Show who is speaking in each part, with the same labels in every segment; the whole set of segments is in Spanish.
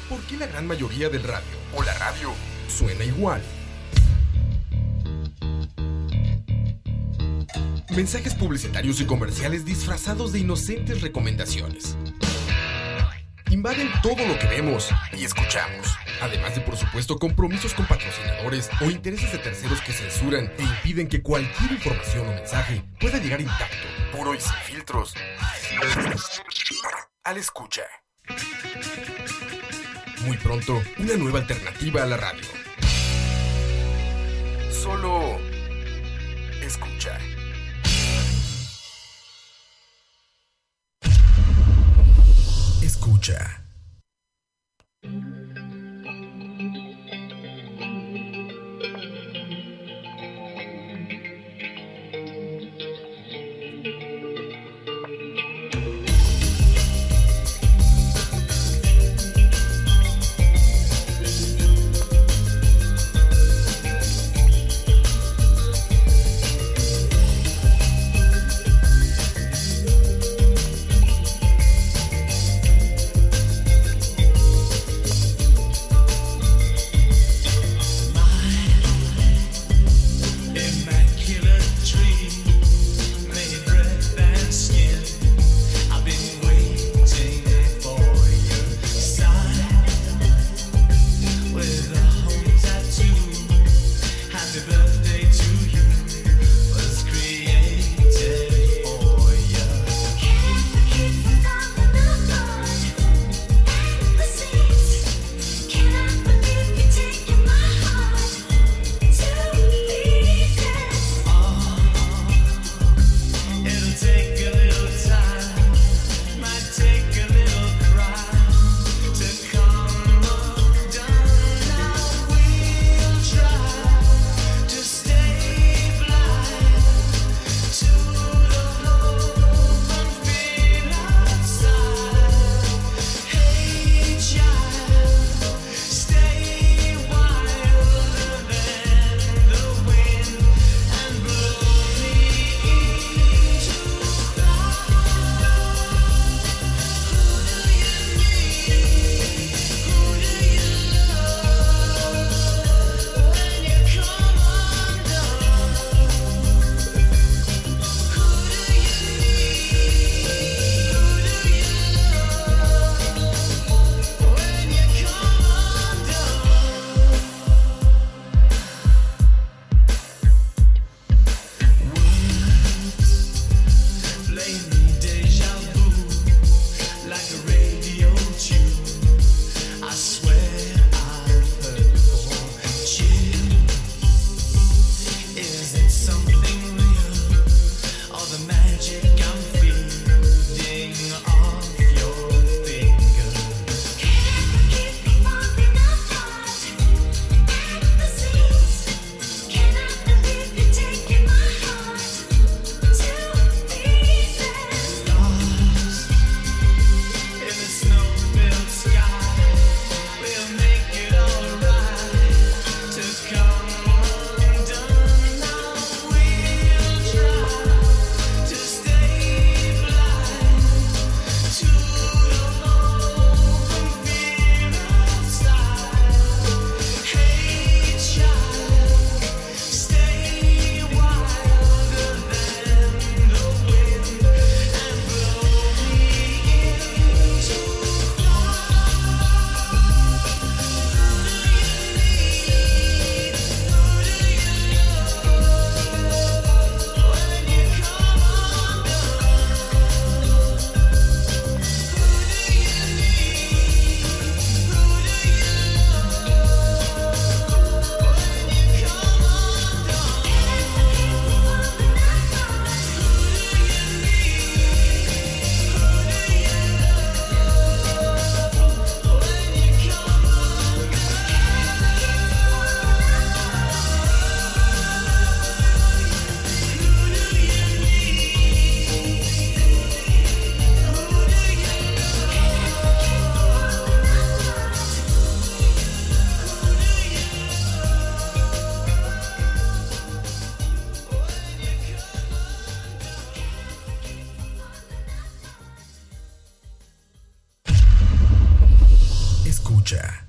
Speaker 1: ¿Por qué la gran mayoría del radio o la radio suena igual? Mensajes publicitarios y comerciales disfrazados de inocentes recomendaciones. Invaden todo lo que vemos y escuchamos. Además de, por supuesto, compromisos con patrocinadores o intereses de terceros que censuran e impiden que cualquier información o mensaje pueda llegar intacto, puro y sin filtros al escucha. Muy pronto, una nueva alternativa a la radio. Solo escucha. Escucha. escucha.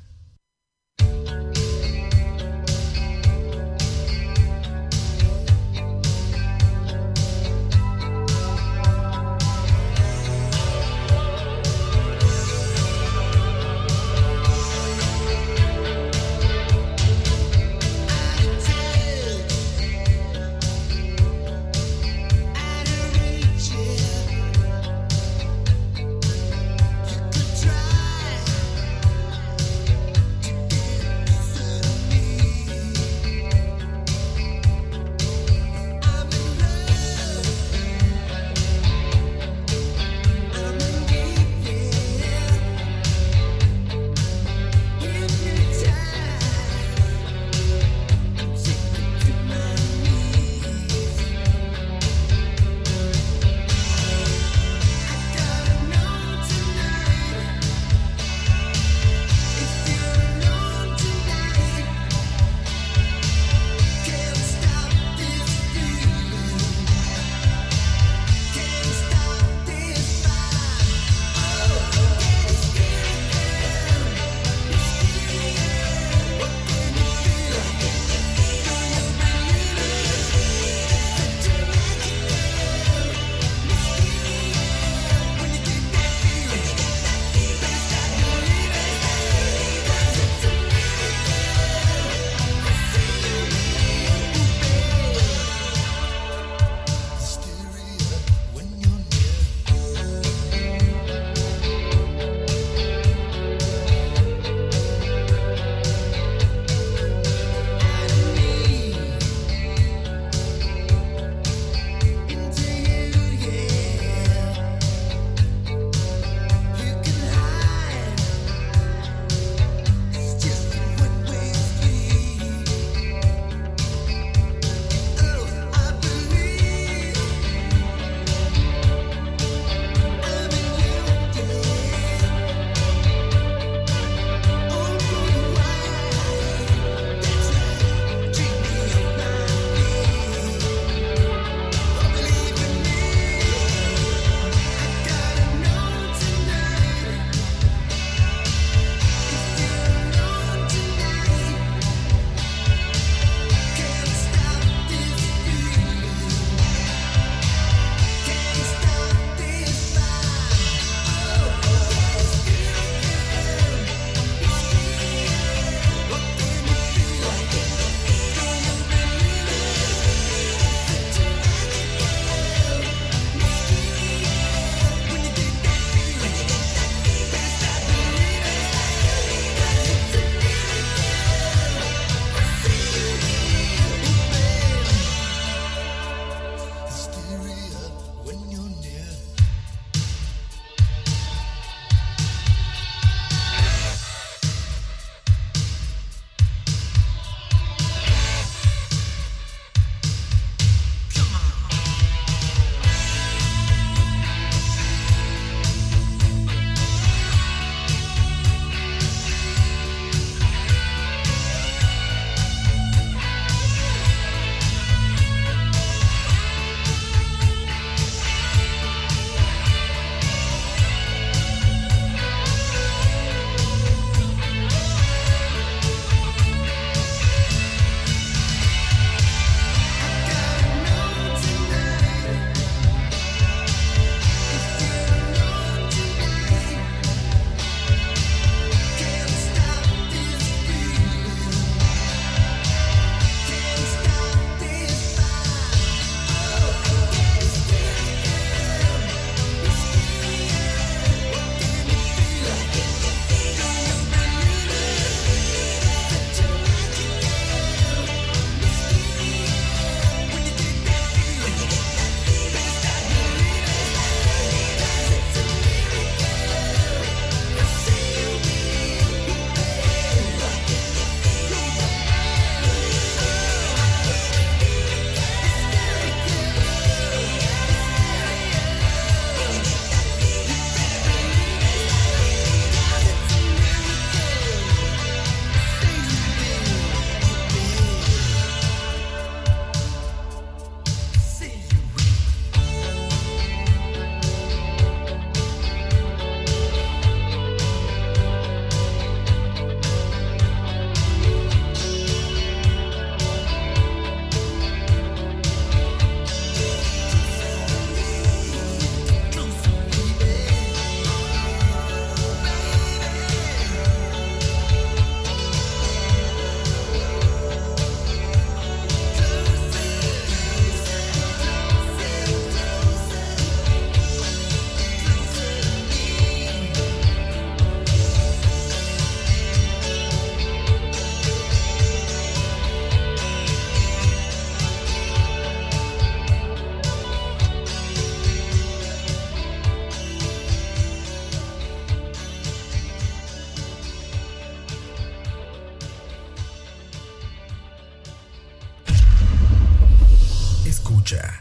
Speaker 1: Escucha.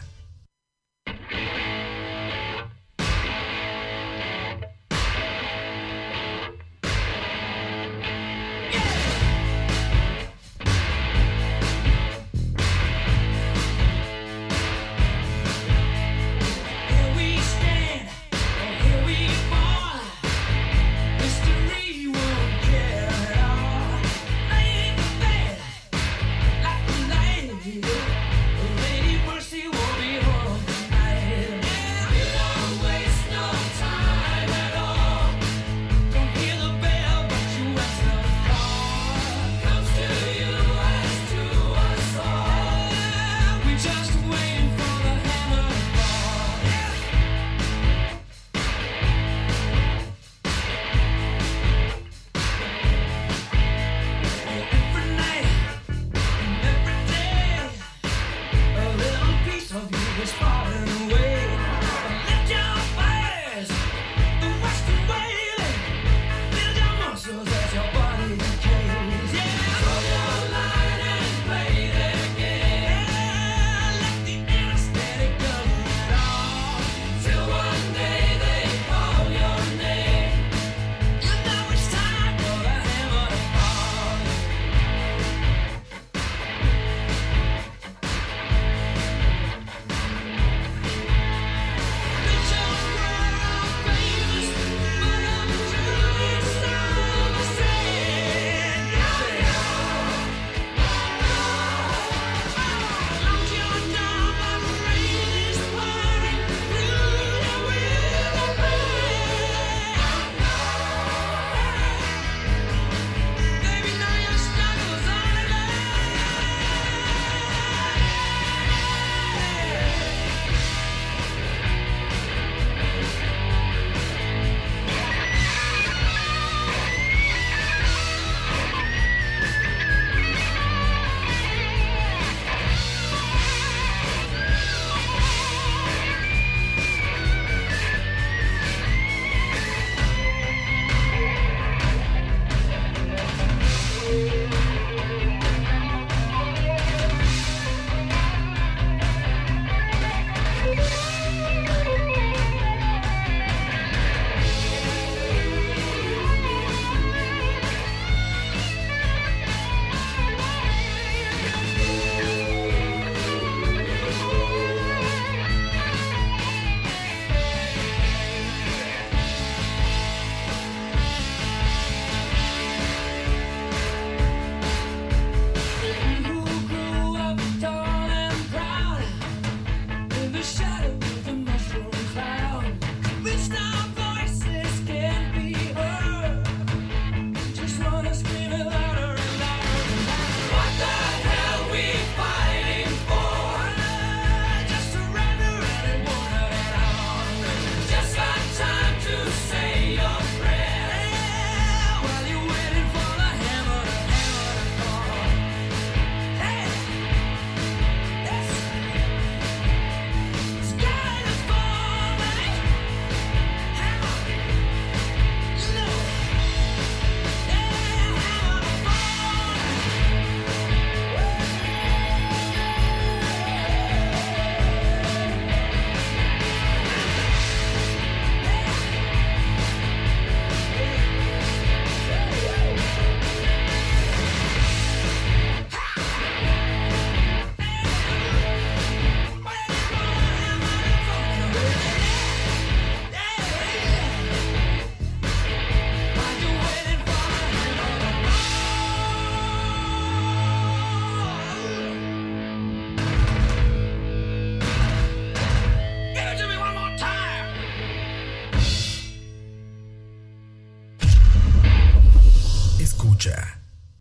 Speaker 1: Escucha.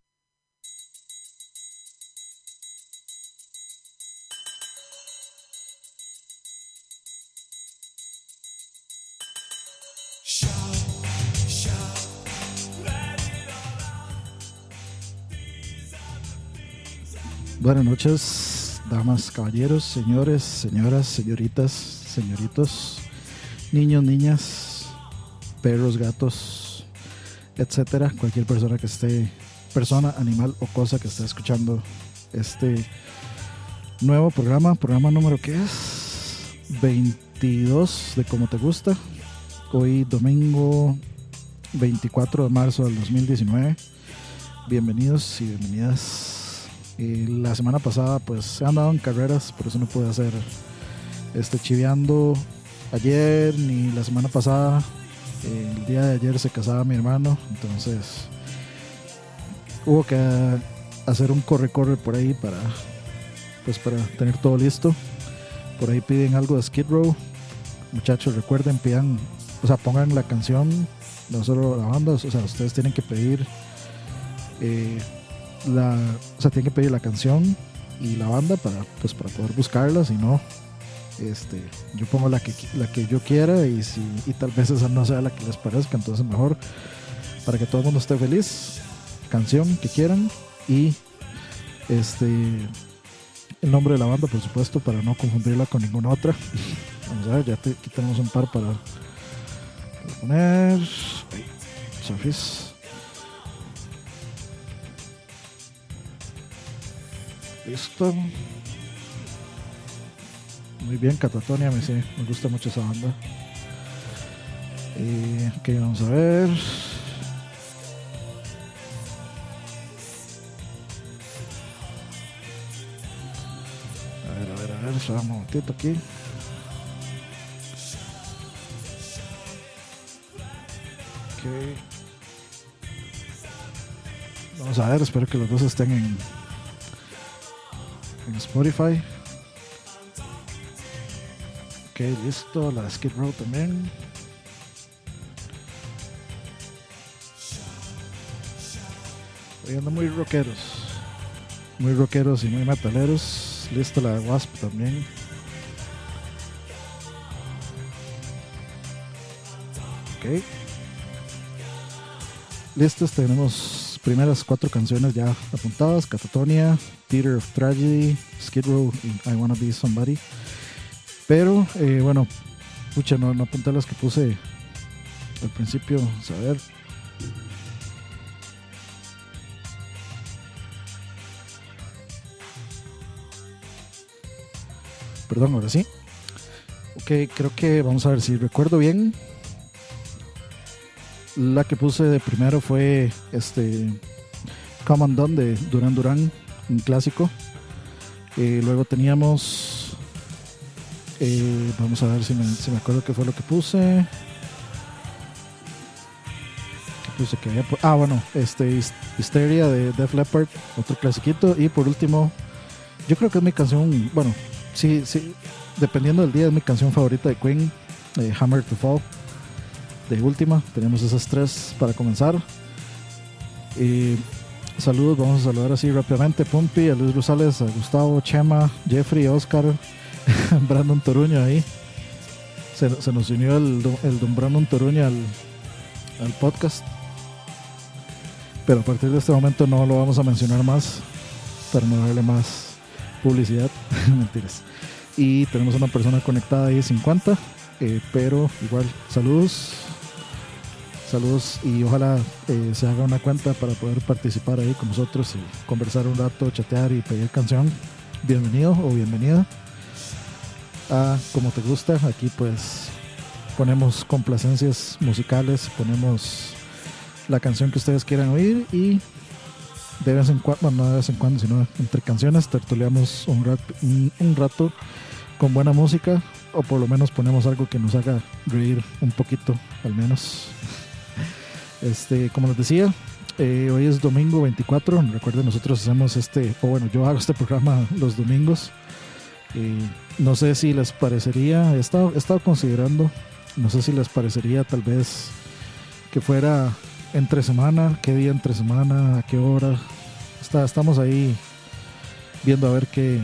Speaker 2: Buenas noches, damas, caballeros, señores, señoras, señoritas, señoritos, niños, niñas, perros, gatos, etcétera. Cualquier persona, animal o cosa que esté escuchando este Nuevo programa número que es 22 de Como Te Gusta. Hoy domingo 24 de marzo del 2019. Bienvenidos y bienvenidas. La semana pasada pues se han dado en carreras, por eso no pude hacer chiveando ayer ni la semana pasada. El día de ayer se casaba mi hermano, entonces hubo que hacer un corre por ahí para tener todo listo. Por ahí piden algo de Skid Row. Muchachos, recuerden, pongan la canción, no solo la banda, ustedes tienen que pedir tienen que pedir la canción y la banda para poder buscarla. Si no, yo pongo la que yo quiera y tal vez esa no sea la que les parezca, entonces mejor para que todo el mundo esté feliz, canción que quieran y el nombre de la banda, por supuesto, para no confundirla con ninguna otra. Vamos a ver, aquí tenemos un par para poner. Surface. Listo. Muy bien, Catatonia, me gusta mucho esa banda. Ok, vamos a ver. A ver, un momentito aquí. Ok. Vamos a ver, espero que los dos estén en Spotify. Ok, listo, la Skid Row también. Hoy ando muy rockeros y muy metaleros. Listo, la Wasp también. Ok. Listos, tenemos primeras 4 canciones ya apuntadas: Catatonia, Theater of Tragedy, Skid Row y I Wanna Be Somebody. Pero no apunté las que puse al principio. Vamos a ver. Perdón, ahora sí. Ok, creo que vamos a ver si recuerdo bien. La que puse de primero fue Come Undone de Duran Duran, un clásico. Luego teníamos vamos a ver si me acuerdo qué fue lo que puse. Hysteria de Def Leppard, otro clasiquito. Y por último, yo creo que es mi canción, sí, dependiendo del día, es mi canción favorita de Queen, Hammer to Fall. De última, tenemos esas 3 para comenzar. Saludos, vamos a saludar así rápidamente: Pumpi, a Luis Rosales, a Gustavo, Chema, Jeffrey, Oscar, Brandon Toruño ahí. Se nos unió el don Brandon Toruño al podcast. Pero a partir de este momento no lo vamos a mencionar más para no darle más publicidad. Mentiras. Y tenemos una persona conectada ahí, 50. Pero igual, saludos y ojalá se haga una cuenta para poder participar ahí con nosotros y conversar un rato, chatear y pedir canción. Bienvenido o bienvenida a Como Te Gusta. Aquí pues ponemos complacencias musicales, ponemos la canción que ustedes quieran oír y de vez en cuando, no de vez en cuando, sino entre canciones tertuleamos un rato con buena música, o por lo menos ponemos algo que nos haga reír un poquito al menos. Como les decía, hoy es domingo 24. Recuerden, nosotros hacemos yo hago este programa los domingos. No sé si les parecería, he estado considerando, no sé si les parecería tal vez que fuera entre semana, qué día entre semana, a qué hora. Estamos ahí viendo a ver qué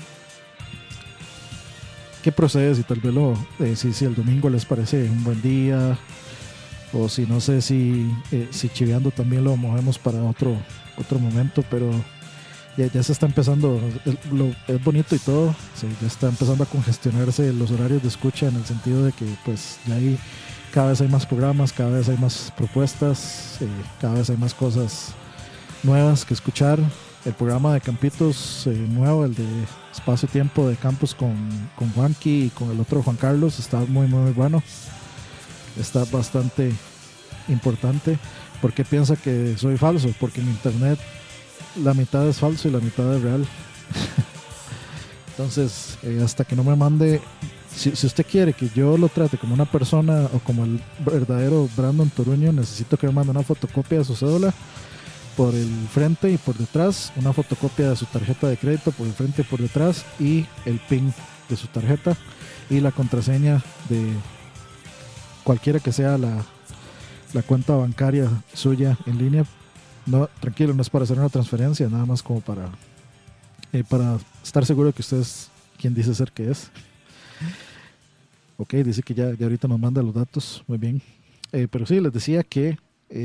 Speaker 2: procede, si tal vez si el domingo les parece un buen día, o si no sé si chiveando también lo movemos para otro momento, pero ya se está empezando, es bonito y todo, ya está empezando a congestionarse los horarios de escucha, en el sentido de que pues ya cada vez hay más programas, cada vez hay más propuestas, cada vez hay más cosas nuevas que escuchar. el programa de Campitos nuevo, el de Espacio Tiempo de Campos con Juanqui y con el otro Juan Carlos, está muy muy bueno. Está bastante importante. ¿Por qué piensa que soy falso? Porque en internet la mitad es falso y la mitad es real. Entonces, hasta que no me mande, si usted quiere que yo lo trate como una persona o como el verdadero Brandon Toruño, necesito que me mande una fotocopia de su cédula por el frente y por detrás, una fotocopia de su tarjeta de crédito por el frente y por detrás, y el PIN de su tarjeta y la contraseña de cualquiera que sea la cuenta bancaria suya en línea. No, tranquilo, no es para hacer una transferencia, nada más como para estar seguro de que usted es quien dice ser que es. Ok, dice que ya ahorita nos manda los datos, muy bien. Pero sí, les decía que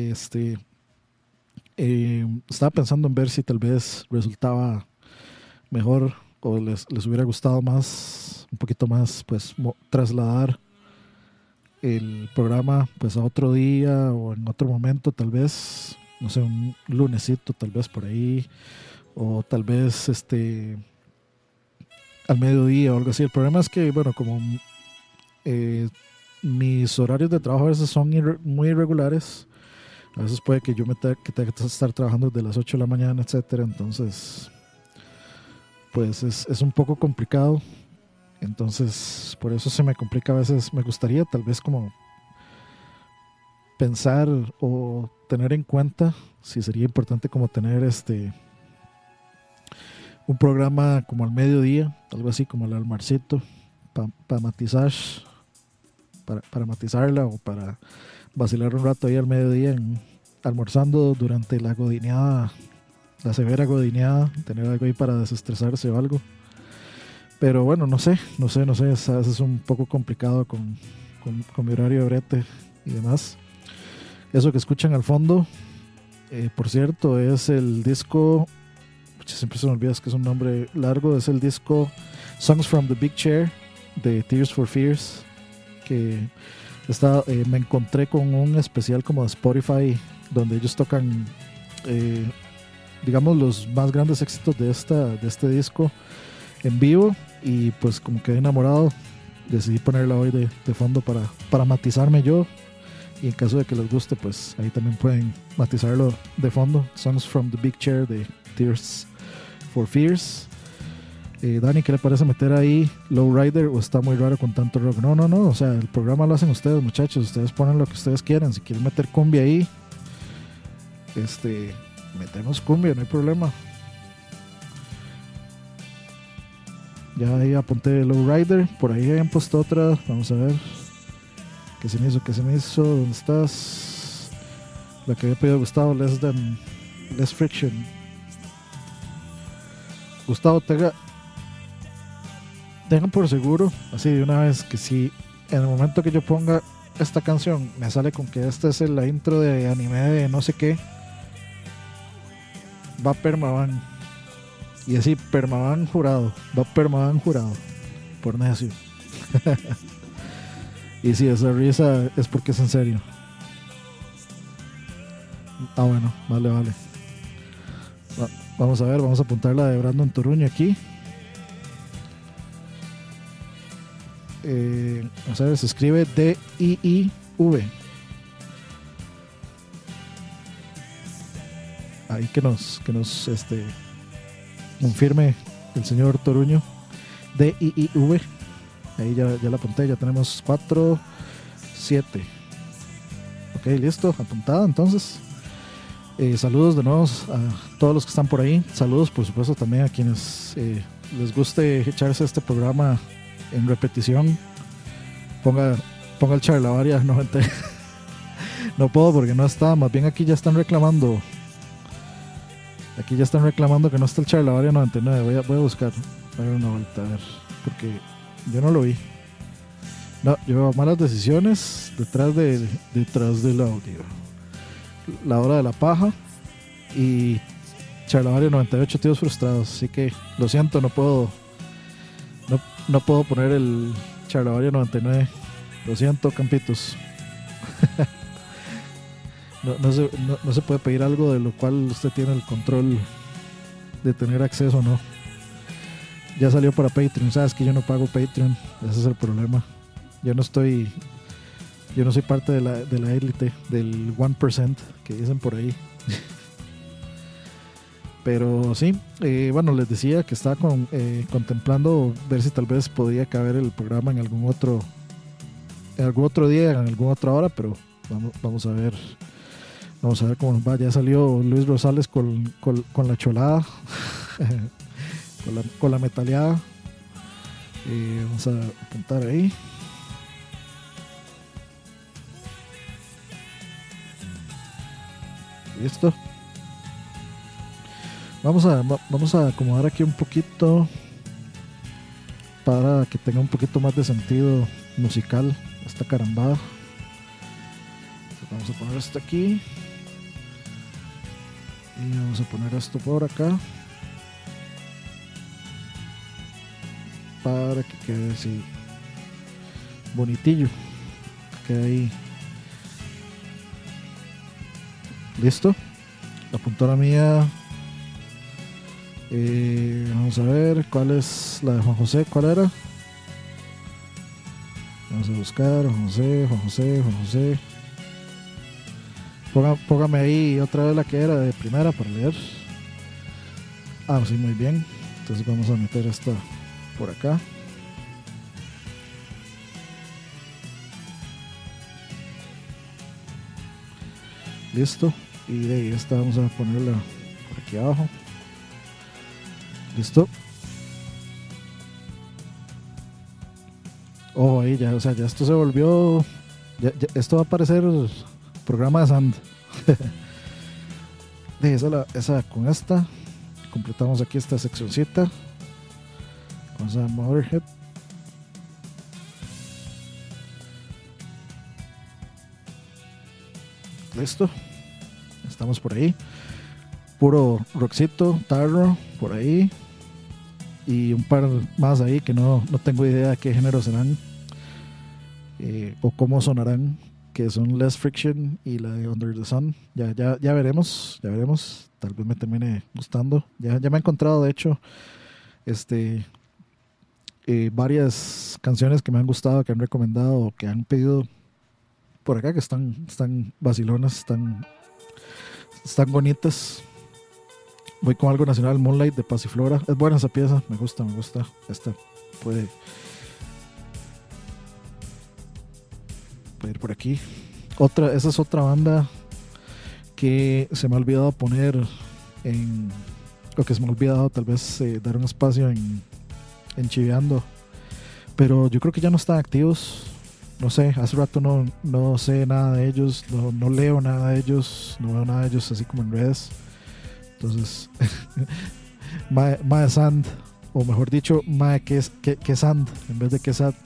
Speaker 2: estaba pensando en ver si tal vez resultaba mejor o les hubiera gustado más, un poquito más, pues trasladar el programa pues a otro día o en otro momento, tal vez, no sé, un lunesito tal vez por ahí, o tal vez al mediodía o algo así. El problema es que, bueno, como mis horarios de trabajo a veces son muy irregulares, a veces puede que yo tenga que estar trabajando desde las 8 de la mañana, etcétera. Entonces, pues es un poco complicado. Entonces, por eso se me complica a veces. Me gustaría tal vez como pensar o tener en cuenta si sería importante como tener un programa como al mediodía, algo así como el almuercito, para matizar, para matizarla o para vacilar un rato ahí al mediodía, almorzando durante la godineada, la severa godineada, tener algo ahí para desestresarse o algo. Pero bueno, no sé, a veces es un poco complicado con mi horario de brete y demás. Eso que escuchan al fondo, por cierto, es el disco, siempre se me olvida, es que es un nombre largo, es el disco Songs from the Big Chair de Tears for Fears, que me encontré con un especial como de Spotify donde ellos tocan digamos los más grandes éxitos de este disco en vivo, y pues como quedé enamorado, decidí ponerla hoy de fondo para matizarme yo, y en caso de que les guste pues ahí también pueden matizarlo de fondo. Songs from the Big Chair de Tears for Fears. Dani, ¿qué le parece meter ahí Lowrider o está muy raro con tanto rock? No, o sea, el programa lo hacen ustedes, muchachos, ustedes ponen lo que ustedes quieran. Si quieren meter cumbia ahí, metemos cumbia, no hay problema. Ya ahí apunté Lowrider, por ahí habían puesto otra, vamos a ver. ¿Qué se me hizo? ¿Dónde estás? La que había pedido Gustavo, Less Friction. Gustavo, tengan por seguro, así de una vez, que si en el momento que yo ponga esta canción me sale con que esta es la intro de anime de no sé qué, va permaban. Y así, permaban jurado, por necio. Y si esa risa es porque es en serio. Ah, bueno, vale. Vamos a ver, vamos a apuntar la de Brandon Toruño aquí. Vamos a ver, se escribe D-I-I-V. Ahí que nos confirme el señor Toruño. D-I-I-V. Ahí ya la apunté, ya tenemos 4, 7. Ok, listo, apuntada entonces. Saludos de nuevo a todos los que están por ahí. Saludos por supuesto también a quienes les guste echarse este programa en repetición. Ponga el Charlavaria 90. No puedo porque no está, más bien aquí ya están reclamando. Aquí ya están reclamando que no está el Charlavaria 99. Voy a buscar, a ver una vuelta, a ver, porque yo no lo vi. No, llevo malas decisiones detrás del audio. La hora de la paja y Charlavaria 98 tíos frustrados. Así que lo siento, no puedo poner el Charlavaria 99. Lo siento, Campitos. No se puede pedir algo de lo cual usted tiene el control de tener acceso o no. Ya salió para Patreon. Sabes que yo no pago Patreon. Ese es el problema. Yo no soy parte de la élite, del 1% que dicen por ahí. Pero sí, bueno, les decía que estaba contemplando ver si tal vez podía caber el programa en algún otro día, en alguna otra hora, pero vamos a ver cómo nos va. Ya salió Luis Rosales con la cholada, con la metaleada. Vamos a apuntar ahí. Listo. Vamos a acomodar aquí un poquito para que tenga un poquito más de sentido musical esta carambada. Vamos a poner esto aquí y vamos a poner esto por acá para que quede así bonitillo, que quede ahí. Listo. La puntora mía. Vamos a ver cuál es la de Juan José. ¿Cuál era? Vamos a buscar Juan José. Póngame ahí otra vez la que era de primera para leer. Ah, sí, muy bien. Entonces vamos a meter esta por acá. Listo. Y de ahí esta vamos a ponerla por aquí abajo. Listo. Oh, ahí ya, o sea, ya esto se volvió. Ya, esto va a parecer programa de Sand. De esa con esta. Completamos aquí esta seccioncita. Con esa Motorhead. Listo. Estamos por ahí. Puro rockcito, tarro, por ahí. Y un par más ahí que no tengo idea de qué género serán. O cómo sonarán. Que son Less Friction y la de Under the Sun. Ya veremos. Tal vez me termine gustando. Ya me he encontrado, de hecho, varias canciones que me han gustado, que han recomendado, que han pedido por acá, que están vacilonas, están bonitas. Voy con algo nacional, Moonlight de Pasiflora. Es buena esa pieza, me gusta. Esta puede ir por aquí. Esa es otra banda que se me ha olvidado poner o que se me ha olvidado tal vez dar un espacio en Chiveando, pero yo creo que ya no están activos. No sé, hace rato no sé nada de ellos, no leo nada de ellos, no veo nada de ellos así como en redes. Entonces Mae Sand, o mejor dicho Mae que Sand en vez de que Sad.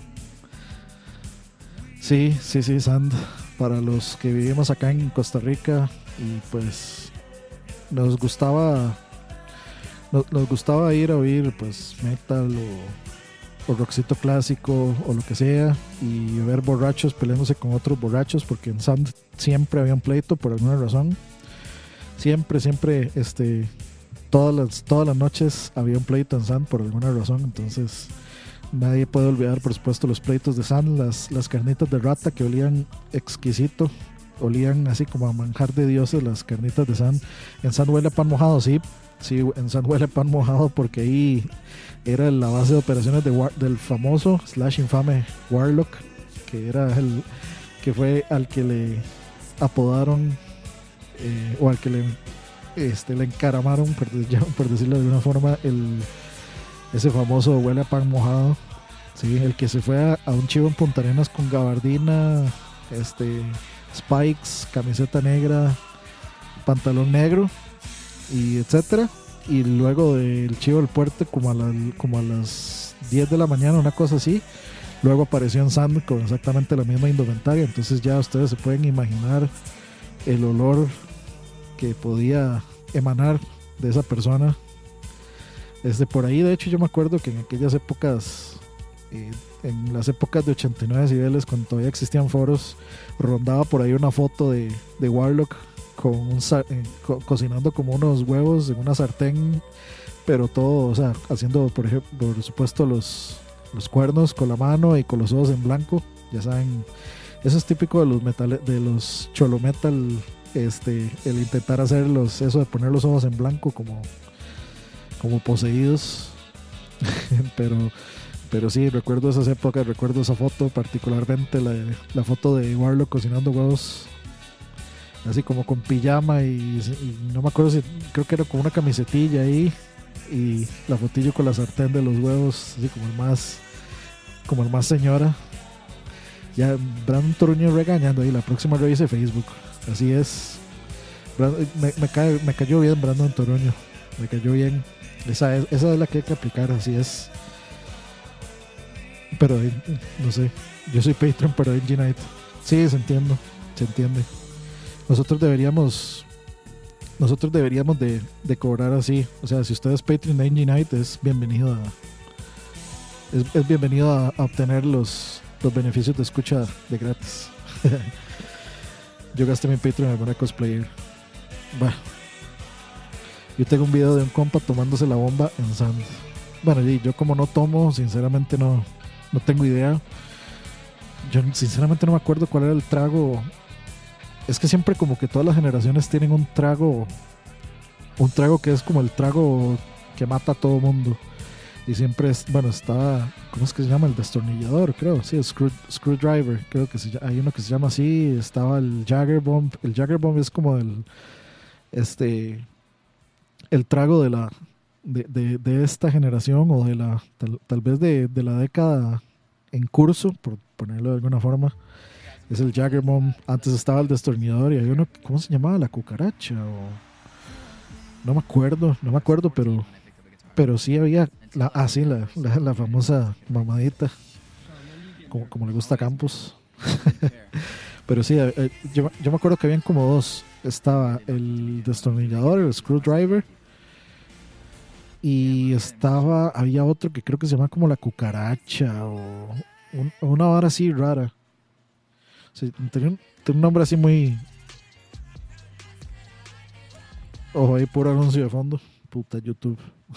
Speaker 2: Sí, Sand, para los que vivimos acá en Costa Rica y pues nos gustaba ir a oír pues metal o rockcito clásico o lo que sea, y ver borrachos peleándose con otros borrachos, porque en Sand siempre había un pleito por alguna razón. Siempre todas las noches había un pleito en Sand por alguna razón. Entonces nadie puede olvidar, por supuesto, los pleitos de Sand, las carnitas de rata que olían exquisito, olían así como a manjar de dioses las carnitas de Sand. En Sand huele a pan mojado, sí, en Sand huele a pan mojado, porque ahí era la base de operaciones del famoso / infame Warlock, que era que fue al que le apodaron o al que le encaramaron, por decirlo de alguna forma, ese famoso huele a pan mojado. Sí, el que se fue a un chivo en Punta Arenas con gabardina, spikes, camiseta negra, pantalón negro y etcétera, y luego del chivo del puerto como a las 10 de la mañana, una cosa así, luego apareció en Sand con exactamente la misma indumentaria. Entonces ya ustedes se pueden imaginar el olor que podía emanar de esa persona. Por ahí, de hecho, yo me acuerdo que en aquellas épocas, en las épocas de 89 decibeles, cuando todavía existían foros, rondaba por ahí una foto de Warlock con cocinando como unos huevos en una sartén, pero todo, o sea, haciendo, por ejemplo, por supuesto, los cuernos con la mano y con los ojos en blanco. Ya saben, eso es típico de de los cholo metal, el intentar hacerlos, eso de poner los ojos en blanco como poseídos. pero sí, recuerdo esas épocas, recuerdo esa foto, particularmente la foto de Warlock cocinando huevos, así como con pijama y no me acuerdo si, creo que era con una camisetilla ahí, y la fotillo con la sartén de los huevos, así como el más señora. Ya Brandon Toruño regañando ahí, la próxima revise Facebook. Así es. Me cayó bien Brandon Toruño, me cayó bien. Esa es la que hay que aplicar, así es. Pero no sé, yo soy Patreon para NG Night. Sí, se entiende. Nosotros deberíamos de cobrar así. O sea, si usted es Patreon de NG Night, es bienvenido a obtener los beneficios de escucha de gratis. Yo gasté mi Patreon en alguna cosplayer. Bueno, yo tengo un video de un compa tomándose la bomba en Sand. Bueno, y yo como no tomo, sinceramente no tengo idea. Yo sinceramente no me acuerdo cuál era el trago. Es que siempre como que todas las generaciones tienen un trago que es como el trago que mata a todo mundo. Y siempre está, ¿cómo es que se llama? El destornillador, creo, sí, el screwdriver, creo que hay uno que se llama así. Estaba el Jagger Bomb. El Jagger Bomb es como el trago de esta generación, o de tal vez de la década en curso, por ponerlo de alguna forma. Es el Jagger Bomb. Antes estaba el destornillador y hay uno, ¿cómo se llamaba? La cucaracha, o no me acuerdo, pero sí había la famosa mamadita, como le gusta a Campos. Pero sí, yo me acuerdo que habían como dos. Estaba el destornillador, el screwdriver, y había otro que creo que se llama como la cucaracha, o una vara así rara. O sea, tenía un nombre así muy... Ojo, ahí puro anuncio de fondo. Puta YouTube.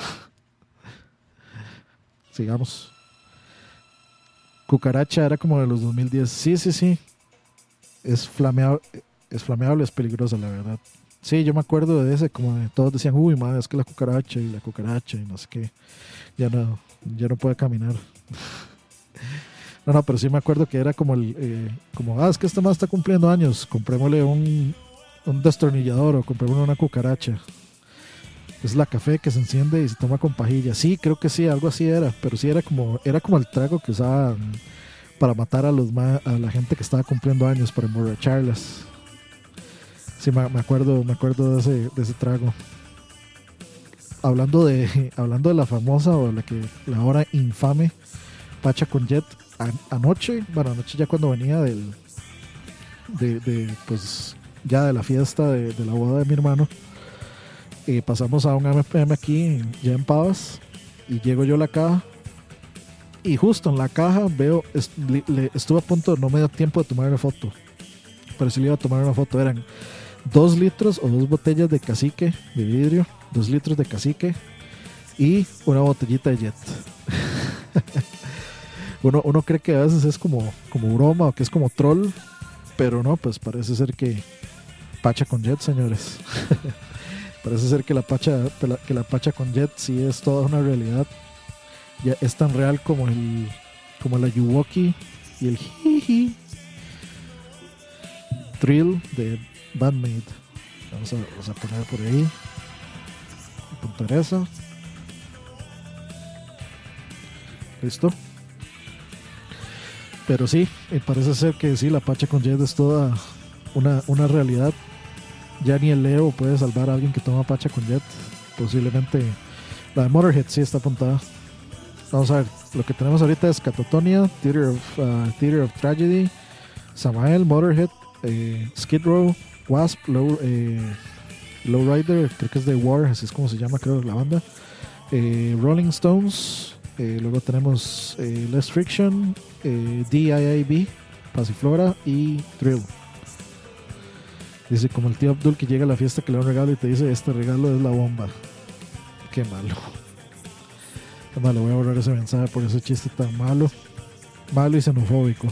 Speaker 2: Sigamos. Cucaracha era como de los 2010. Sí. Es flameable, es peligroso, la verdad. Sí, yo me acuerdo de ese, como de todos decían, uy, madre, es que la cucaracha y no sé qué. Ya no puede caminar. No, pero sí me acuerdo que era como es que este más está cumpliendo años, comprémosle un destornillador, o comprémosle una cucaracha. Es la café que se enciende y se toma con pajilla. Sí, creo que sí, algo así era. Pero sí era como el trago que usaban para matar a la gente que estaba cumpliendo años, para emborracharlas. Sí, me acuerdo de ese trago. Hablando de la famosa, o la ahora infame Pacha con Jet, anoche ya cuando venía pues ya de la fiesta de la boda de mi hermano, pasamos a un AMPM aquí ya en Pavas, y llego yo a la caja, y justo en la caja veo, estuve a punto, no me dio tiempo de tomar una foto, pero sí le iba a tomar una foto. Eran 2 litros o 2 botellas de Cacique de vidrio, 2 litros de Cacique y una botellita de Jet. Uno cree que a veces es como broma, o que es como troll, pero no, pues parece ser que Pacha con Jet, señores. Parece ser que la Pacha con Jet sí es toda una realidad. Ya es tan real como la Yuwoki y el Jiji Thrill de Bandmate. Vamos a poner por ahí, apuntar eso. Listo. Pero sí, parece ser que sí, la Pacha con Jet es toda una realidad. Ya ni el Leo puede salvar a alguien que toma Pacha con Jet. Posiblemente la de Motorhead sí está apuntada. Vamos a ver, lo que tenemos ahorita es Catatonia, Theater of Tragedy, Samael, Motorhead, Skid Row, Wasp, Lowrider, creo que es de War, así es como se llama, creo, la banda, Rolling Stones, luego tenemos Less Friction, DIIB, Passiflora y Thrill. Dice, como el tío Abdul que llega a la fiesta que le da un regalo y te dice, este regalo es la bomba. Qué malo. Qué malo, voy a borrar ese mensaje por ese chiste tan malo. Malo y xenofóbico.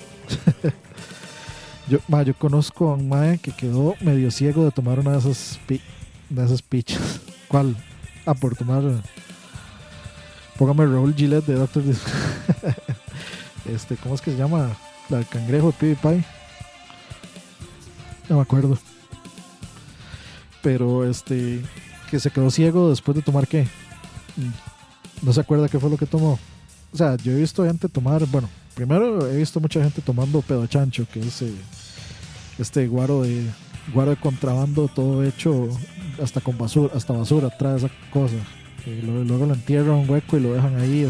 Speaker 2: Yo conozco a un mae que quedó medio ciego de tomar una de esas pichas. ¿Cuál? Ah, por tomar. Póngame Raúl Gillette de Doctor ¿cómo es que se llama? La del cangrejo de PewDiePie. No me acuerdo. Pero que se quedó ciego después de tomar ¿qué? No se acuerda qué fue lo que tomó. O sea, yo he visto gente tomar, bueno, primero he visto mucha gente tomando pedo chancho, que es guaro de contrabando, todo hecho hasta con basura, hasta basura trae esa cosa. Y luego lo entierran en un hueco y lo dejan ahí,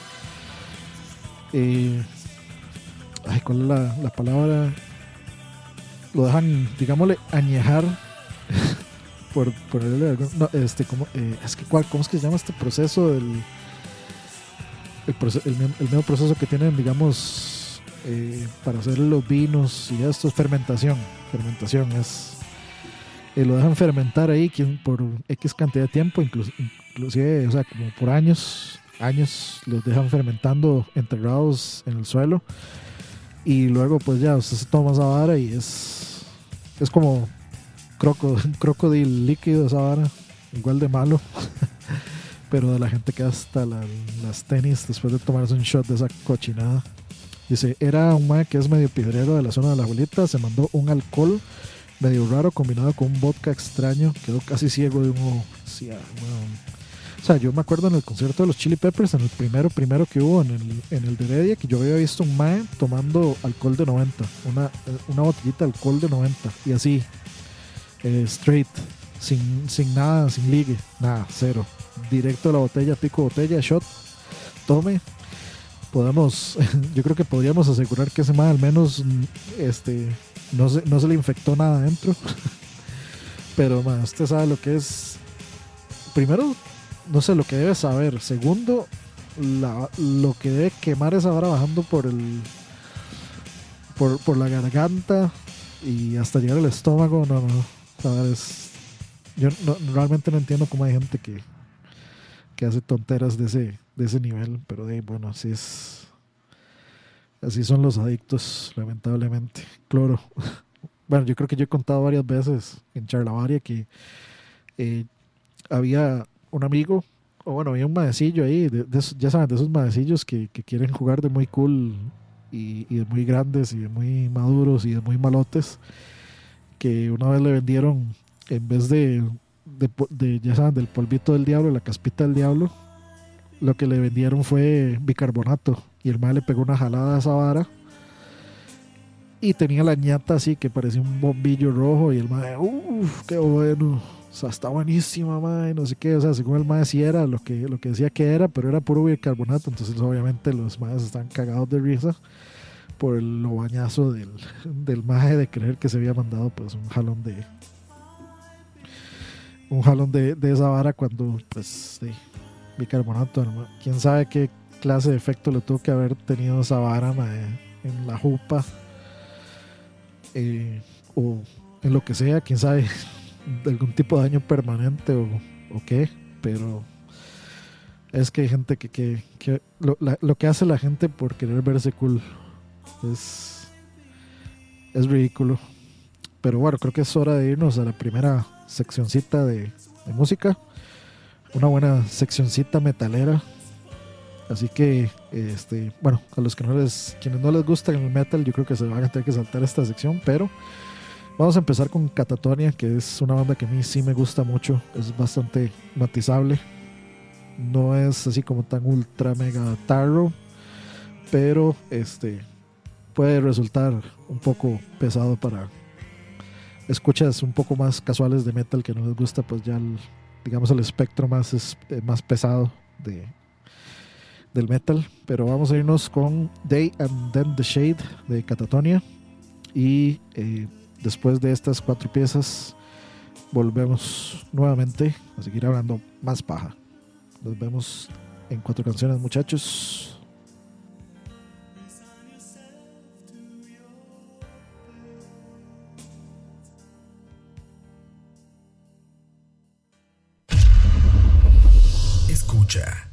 Speaker 2: ay, ¿cuál es la palabra? Lo dejan, digámosle, añejar por ponerle algo, no, ¿cómo es que se llama este proceso del el mismo proceso que tienen, digamos, para hacer los vinos y esto es fermentación es lo dejan fermentar ahí por X cantidad de tiempo, inclusive, o sea, como por años los dejan fermentando enterrados en el suelo y luego pues ya usted se toma esa vara y es como crocodile líquido esa vara, igual de malo. Pero de la gente que hasta las tenis después de tomarse un shot de esa cochinada. Dice, era un mae que es medio piedrero de la zona de la abuelita, se mandó un alcohol medio raro combinado con un vodka extraño, quedó casi ciego de un ojo. Sí, bueno. O sea, yo me acuerdo en el concierto de los Chili Peppers, en el primero que hubo en el de Heredia, que yo había visto un mae tomando alcohol de 90, una botellita de alcohol de 90, y así, straight, sin nada, sin ligue, nada, cero. Directo a la botella, pico botella, shot, tome. Yo creo que podríamos asegurar que ese mae al menos no se le infectó nada adentro. Pero mae, usted sabe lo que es. Primero, no sé lo que debe saber. Segundo, lo que debe quemar esa vara bajando por la garganta y hasta llegar al estómago. No. Yo realmente no entiendo cómo hay gente que hace tonteras de ese nivel, pero bueno, así son los adictos, lamentablemente. Cloro. Bueno, yo creo que yo he contado varias veces en Charlavaria que había un amigo, o bueno, había un maecillo ahí, ya saben, de esos maecillos que quieren jugar de muy cool y de muy grandes y de muy maduros y de muy malotes, que una vez le vendieron, en vez de ya saben, del polvito del diablo, la caspita del diablo, lo que le vendieron fue bicarbonato y el mae le pegó una jalada a esa vara y tenía la ñata así que parecía un bombillo rojo y el mae, uff, qué bueno, o sea, está buenísima, mae, no sé qué, o sea, según el mae sí era lo que decía que era, pero era puro bicarbonato, entonces obviamente los maes están cagados de risa por el bañazo del mae de creer que se había mandado pues un jalón de esa vara cuando pues bicarbonato, ¿no? Quién sabe qué clase de efecto le tuvo que haber tenido esa vara en la jupa, o en lo que sea, quién sabe, de algún tipo de daño permanente o qué, pero es que hay gente que lo que hace la gente por querer verse cool es ridículo. Pero bueno, creo que es hora de irnos a la primera seccioncita de música, una buena seccioncita metalera. Así que bueno, a los quienes no les gusta el metal, yo creo que se van a tener que saltar esta sección, pero vamos a empezar con Catatonia, que es una banda que a mí sí me gusta mucho, es bastante matizable, no es así como tan ultra mega tarro, pero puede resultar un poco pesado para escuchas un poco más casuales de metal que no les gusta pues ya digamos el espectro más pesado del metal. Pero vamos a irnos con Day and Then the Shade de Catatonia y después de estas 4 piezas volvemos nuevamente a seguir hablando más paja. Nos vemos en 4 canciones, muchachos.
Speaker 1: Escucha.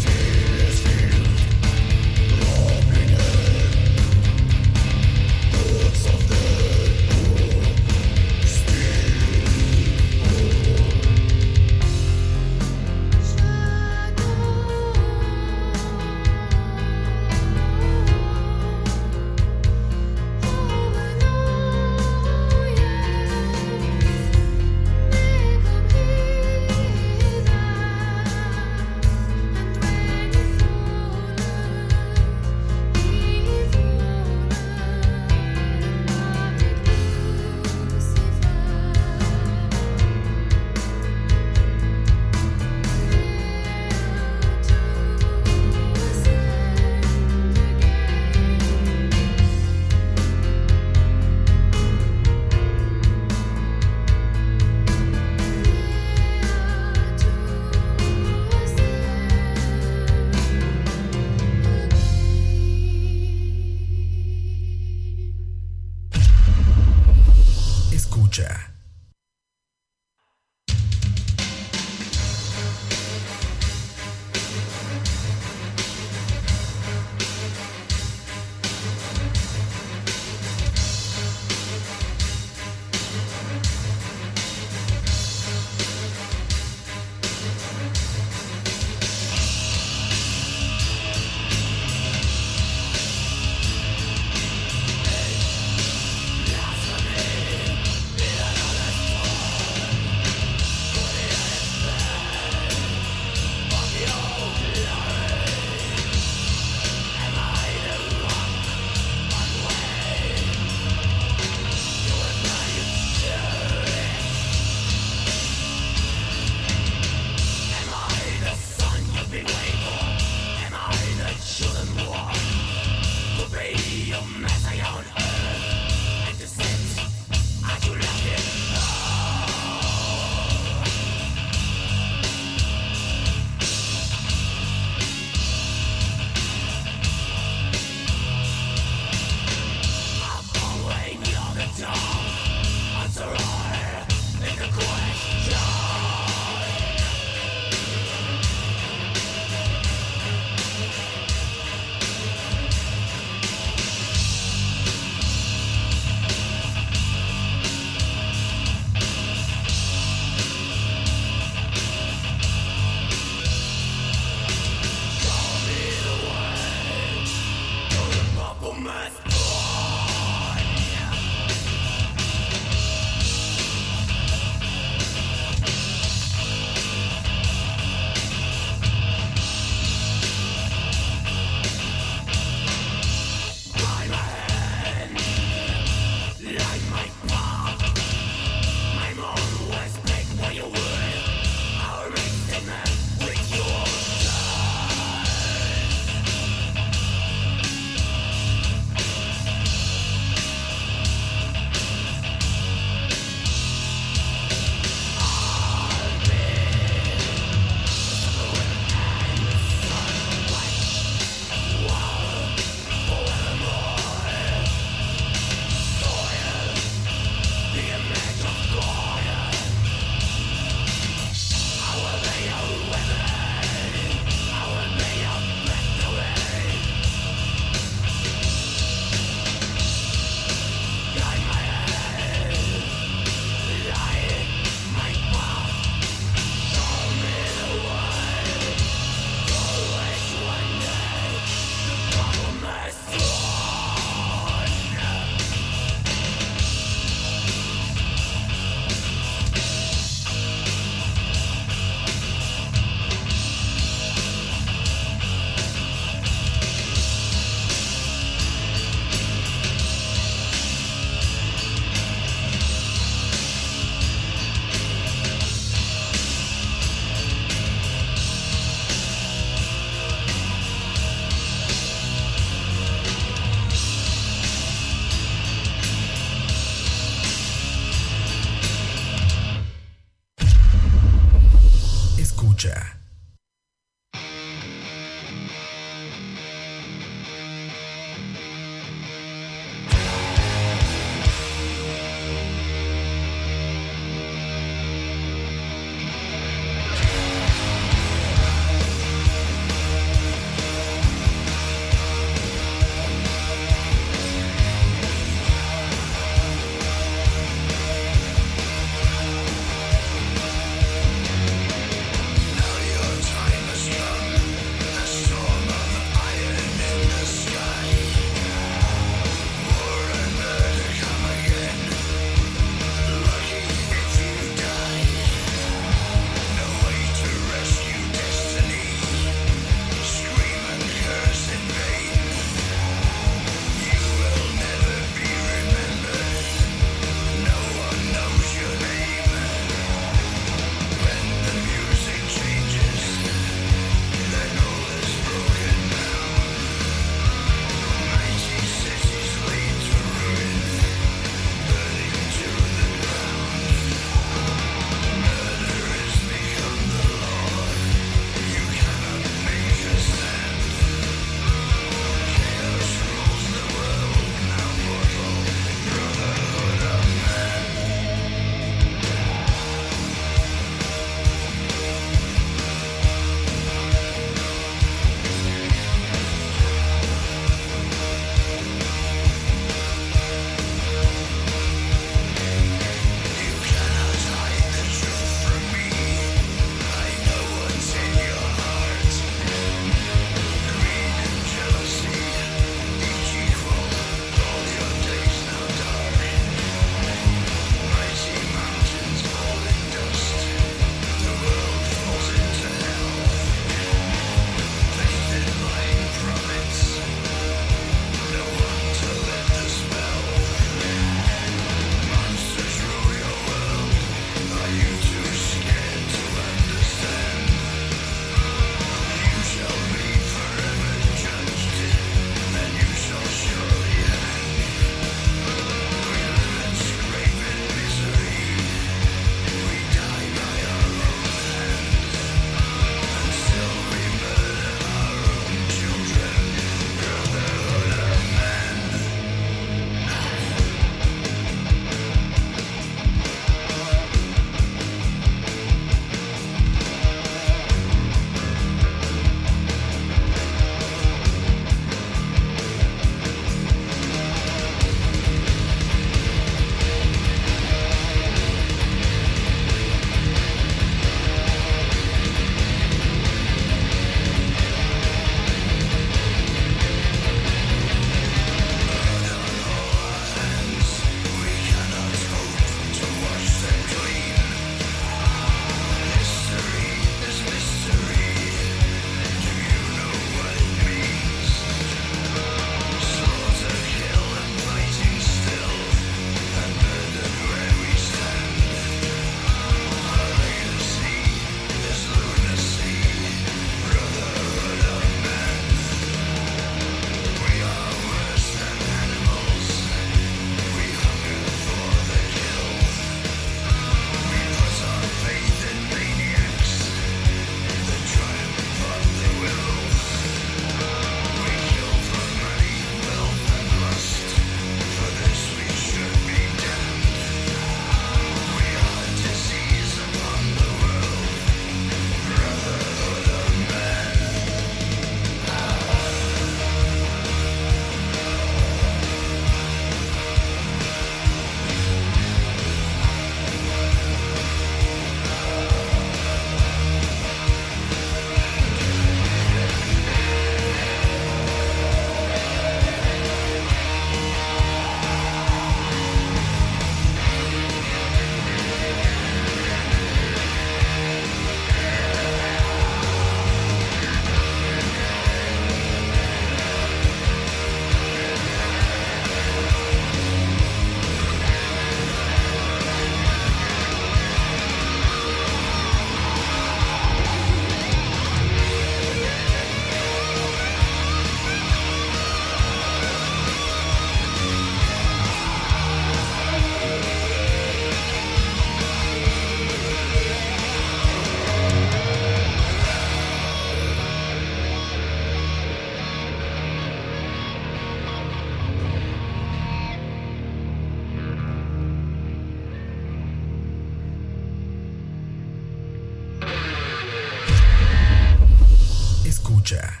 Speaker 1: escucha.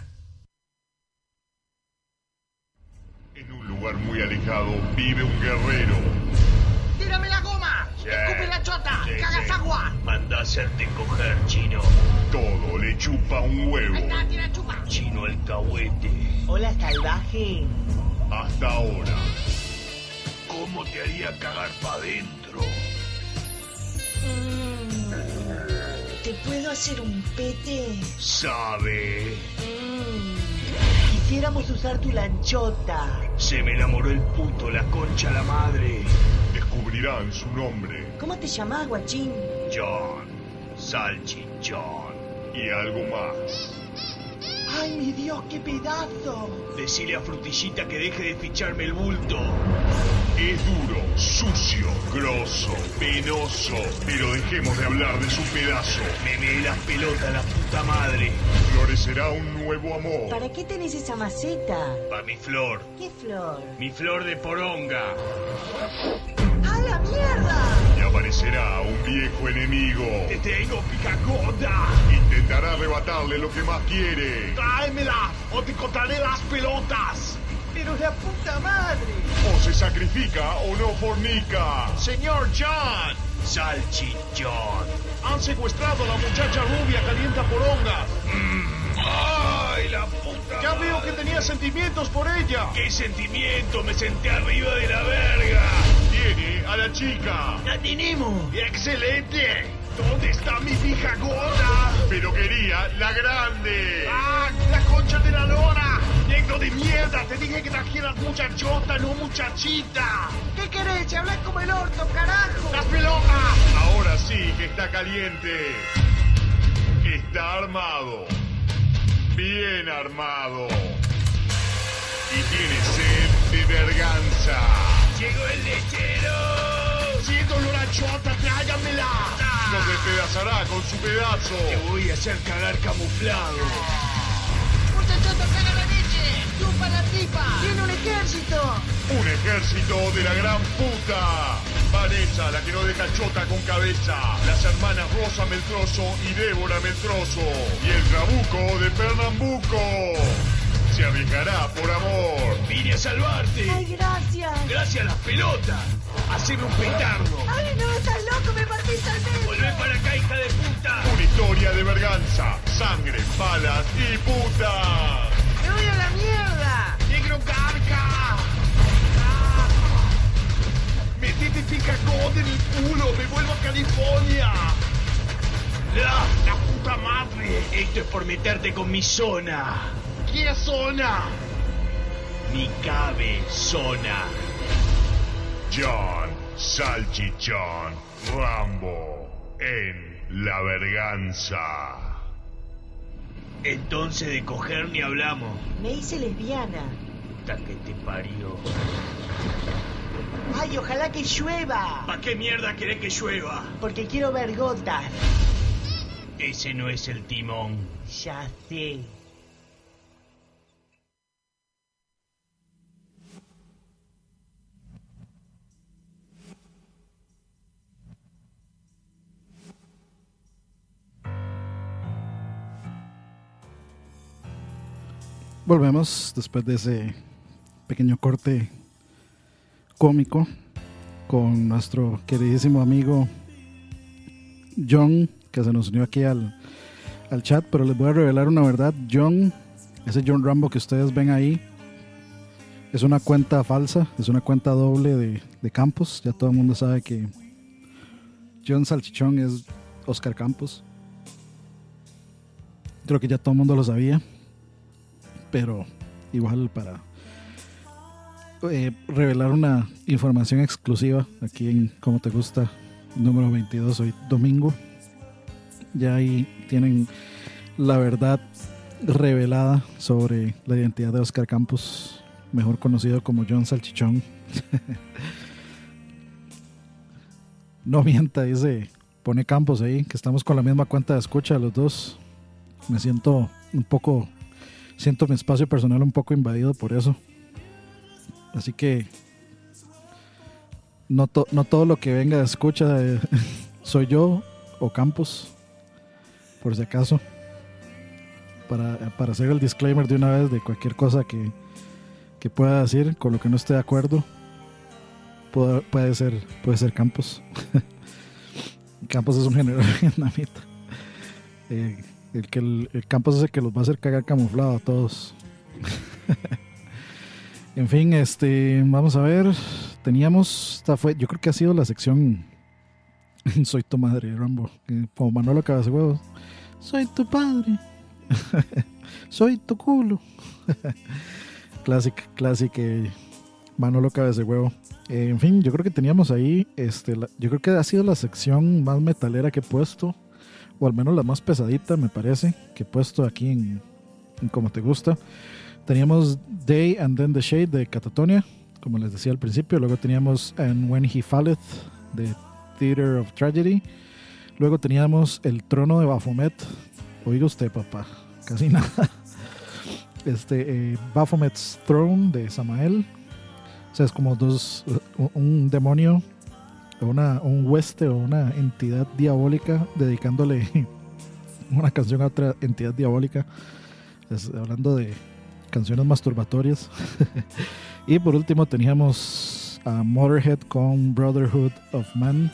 Speaker 3: En un lugar muy alejado vive un guerrero.
Speaker 4: ¡Tírame la goma!
Speaker 3: Sí.
Speaker 4: ¡Escupe la chota!
Speaker 3: Sí,
Speaker 4: ¡Cagas
Speaker 3: sí.
Speaker 4: agua!
Speaker 5: Manda a hacerte coger, Chino.
Speaker 3: Todo le chupa un huevo.
Speaker 4: ¡Ahí está, tira chupa!
Speaker 5: Chino alcahuete.
Speaker 6: Hola, salvaje.
Speaker 3: Hasta ahora.
Speaker 5: ¿Cómo te haría cagar pa' adentro?
Speaker 6: ¿Te puedo hacer un pete?
Speaker 5: Sabe.
Speaker 6: Quisiéramos usar tu lanchota.
Speaker 5: Se me enamoró el puto, la concha la madre.
Speaker 3: Descubrirán su nombre
Speaker 6: ¿Cómo te llamás, guachín?
Speaker 5: John. Salchichón.
Speaker 3: y algo más.
Speaker 6: ¡Ay, mi Dios, qué pedazo!
Speaker 5: Decile a Frutillita que deje de ficharme el bulto.
Speaker 3: Es duro, sucio, grosso, penoso. Pero dejemos de hablar de su pedazo.
Speaker 5: Me meé las pelotas, la puta madre.
Speaker 3: Florecerá un nuevo amor.
Speaker 6: ¿Para qué tenés esa maceta?
Speaker 5: Pa' mi flor.
Speaker 6: ¿Qué flor?
Speaker 5: Mi flor de poronga.
Speaker 6: ¡A la mierda!
Speaker 3: Y aparecerá un viejo enemigo.
Speaker 5: Te tengo, picacoda.
Speaker 3: Intentará arrebatarle lo que más quiere.
Speaker 5: Tráemela o te cortaré las pelotas.
Speaker 6: ¡Pero la puta madre!
Speaker 3: O se sacrifica o no fornica.
Speaker 5: Señor John. Salchichón. Han secuestrado a la muchacha rubia calienta porongas. ¡Ay, la puta! Ya veo que tenía sentimientos por ella. ¿Qué sentimiento? Me senté arriba de la verga.
Speaker 3: Tiene a la chica.
Speaker 5: ¡La tenemos! ¡Excelente! ¿Dónde está mi vieja gorda?
Speaker 3: Pero quería la grande.
Speaker 5: ¡Ah, la concha de la lora! ¡Negro de mierda! Te dije que trajeras muchachota, no muchachita.
Speaker 6: ¿Qué querés? Hablas como el orto, carajo.
Speaker 5: ¡Las pelotas!
Speaker 3: Ahora sí que está caliente. Está armado. Bien armado. Y tiene sed de verganza.
Speaker 5: ¡Llegó el lechero! ¡Siento olor a chota, tráigamela!
Speaker 3: Nos despedazará con su pedazo.
Speaker 5: Te voy a hacer cagar camuflado.
Speaker 4: ¡Muchachota, caga la leche! ¡Chupa la pipa!
Speaker 6: ¡Tiene un ejército!
Speaker 3: Un ejército de la gran puta. Vanessa, la que no deja chota con cabeza. Las hermanas Rosa Meltroso y Débora Meltroso. Y el trabuco de Pernambuco. Se arriesgará por amor.
Speaker 5: Vine a salvarte.
Speaker 6: ¡Ay, gracias!
Speaker 5: Gracias a las pelotas. Haceme un petardo.
Speaker 6: ¡Ay, no, estás loco! ¡Me partiste al medio!
Speaker 5: Volvé para acá, hija de puta.
Speaker 3: Una historia de verganza, sangre, balas y putas.
Speaker 6: ¡Me voy a la mierda!
Speaker 5: ¡Negro carca! ¡Metete picacón en el culo! ¡Me vuelvo a California! ¡La puta madre! Esto es por meterte con mi zona. ¿Qué zona? Mi cabezona.
Speaker 3: John Salchichón Rambo en la verganza.
Speaker 5: Entonces de coger ni hablamos.
Speaker 6: Me hice lesbiana.
Speaker 5: Puta que te parió.
Speaker 6: ¡Ay, ojalá que llueva!
Speaker 5: ¿Pa' qué mierda querés que llueva?
Speaker 6: Porque quiero ver gotas.
Speaker 5: Ese no es el timón.
Speaker 6: Ya sé.
Speaker 2: Volvemos después de ese pequeño corte cómico con nuestro queridísimo amigo John, que se nos unió aquí al chat, pero les voy a revelar una verdad. John, ese John Rambo que ustedes ven ahí, es una cuenta falsa, es una cuenta doble de Campos. Ya todo el mundo sabe que John Salchichón es Oscar Campos. Creo que ya todo el mundo lo sabía, pero igual para revelar una información exclusiva aquí en Como Te Gusta número 22, hoy domingo. Ya ahí tienen la verdad revelada sobre la identidad de Oscar Campos, mejor conocido como John Salchichón. No mienta, dice, pone Campos ahí, que estamos con la misma cuenta de escucha los dos. Me siento mi espacio personal un poco invadido por eso. Así que no todo lo que venga de escucha soy yo o Campos, por si acaso. para hacer el disclaimer de una vez de cualquier cosa que pueda decir con lo que no esté de acuerdo. Puede ser Campos. Campos es un general vietnamita. El Campos es el que los va a hacer cagar camuflado a todos. En fin, vamos a ver. Yo creo que ha sido la sección Soy tu madre, Rambo. Como Manolo Cabecehuevos. Soy tu padre. Soy tu culo. Clásica. Manolo Cabecehuevo. En fin, yo creo que teníamos ahí, yo creo que ha sido la sección más metalera que he puesto, o al menos la más pesadita, me parece, que he puesto aquí en Como Te Gusta. Teníamos Day and Then the Shade de Catatonia, como les decía al principio. Luego teníamos And When He Falleth de Theater of Tragedy. Luego teníamos El Trono de Baphomet. Oiga usted, papá, casi nada. Baphomet's Throne de Samael. O sea, es como un demonio, un hueste o una entidad diabólica dedicándole una canción a otra entidad diabólica. Hablando de canciones masturbatorias. Y por último teníamos a Motorhead con Brotherhood of Man,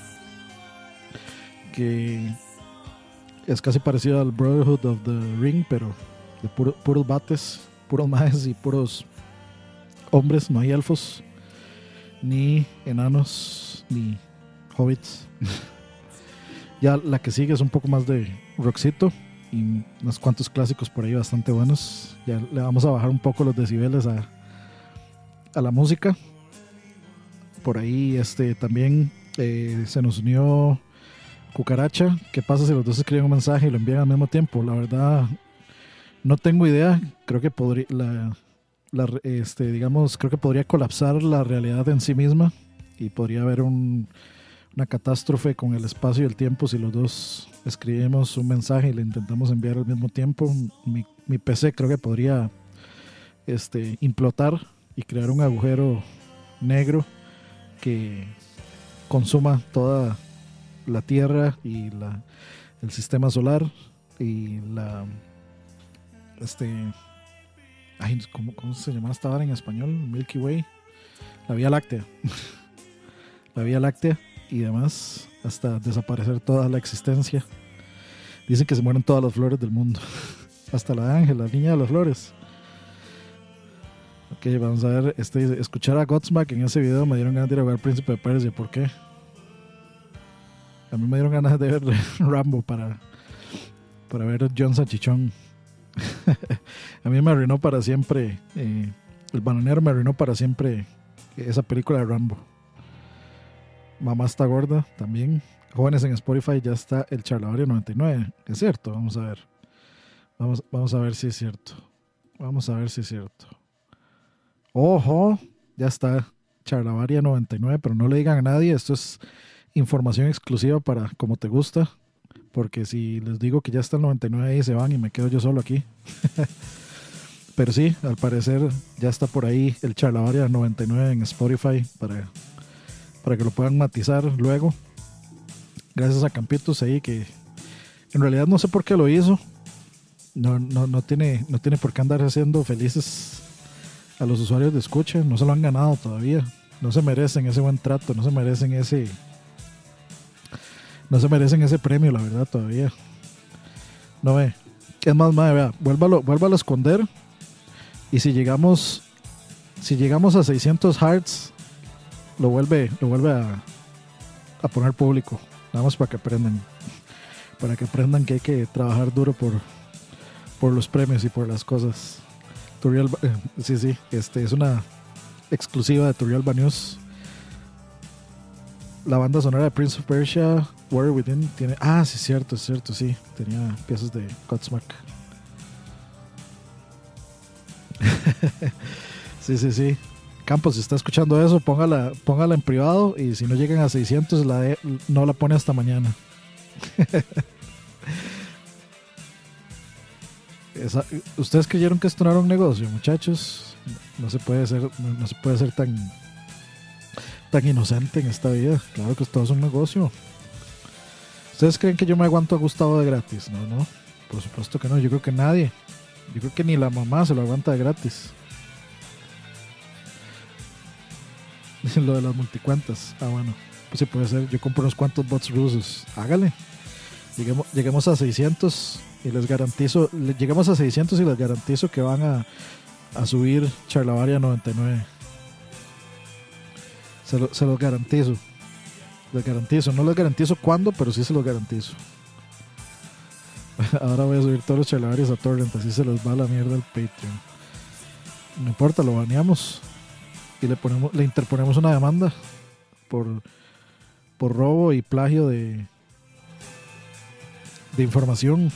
Speaker 2: que es casi parecido al Brotherhood of the Ring, pero de puros bates, puros mages y puros hombres. No hay elfos, ni enanos, ni hobbits. Ya la que sigue es un poco más de rockcito y unos cuantos clásicos por ahí bastante buenos. Ya le vamos a bajar un poco los decibeles a la música. Por ahí también se nos unió Cucaracha. ¿Qué pasa si los dos escriben un mensaje y lo envían al mismo tiempo? La verdad no tengo idea. Creo que podría creo que podría colapsar la realidad en sí misma y podría haber una catástrofe con el espacio y el tiempo si los dos escribimos un mensaje y le intentamos enviar al mismo tiempo. Mi PC creo que podría implotar y crear un agujero negro que consuma toda la Tierra y el sistema solar y ¿cómo se llama esta vara en español? Milky Way, la Vía Láctea. La Vía Láctea y demás, hasta desaparecer toda la existencia. Dicen que se mueren todas las flores del mundo, hasta la de Ángel, la niña de las flores. Ok, vamos a ver, escuchar a Godsmack en ese video me dieron ganas de ir a ver Príncipe de Persia. ¿Por qué? A mí me dieron ganas de ver Rambo para ver John Salchichón. A mí me arruinó para siempre, el bananero me arruinó para siempre esa película de Rambo. Mamá está gorda también. Jóvenes en Spotify ya está el Charlavaria 99. ¿Es cierto? Vamos a ver. Vamos a ver si es cierto. Ojo, ya está Charlavaria 99, pero no le digan a nadie. Esto es información exclusiva para Como Te Gusta. Porque si les digo que ya está el 99 ahí, se van y me quedo yo solo aquí. Pero sí, al parecer ya está por ahí el Charlavaria 99 en Spotify para que lo puedan matizar luego. Gracias a Campitos ahí, que en realidad no sé por qué lo hizo. No tiene por qué andar haciendo felices a los usuarios de escucha. No se lo han ganado todavía. No se merecen ese buen trato. No se merecen ese premio, la verdad, todavía. No ve. Es más, madre, vea, vuélvalo a esconder. Y si llegamos a 600 hearts, lo vuelve a poner público. Nada más para que aprendan. Para que aprendan que hay que trabajar duro por los premios y por las cosas. Sí. Es una exclusiva de Turrialba News. La banda sonora de Prince of Persia, Warrior Within, tiene... Ah, sí, cierto, sí. Tenía piezas de Godsmack. Sí. Campos, si está escuchando eso, póngala en privado. Y si no llegan a 600, no la pone hasta mañana. ¿Ustedes creyeron que esto no era un negocio, muchachos? No se puede ser tan inocente en esta vida. Claro que esto es un negocio. ¿Ustedes creen que yo me aguanto a Gustavo de gratis? No, por supuesto que no. Yo creo que nadie Yo creo que ni la mamá se lo aguanta de gratis. Lo de las multicuentas. Ah, bueno. Pues sí puede ser. Yo compro unos cuantos bots rusos. Hágale. Lleguemos a 600 y les garantizo. Lleguemos a 600 y les garantizo que van a subir Charlavaria 99. Se los garantizo. Les garantizo. No les garantizo cuándo, pero sí se los garantizo. Ahora voy a subir todos los Charlavarias a Torrent. Así se les va la mierda al Patreon. No importa, lo baneamos. Y le interponemos una demanda por robo y plagio de información.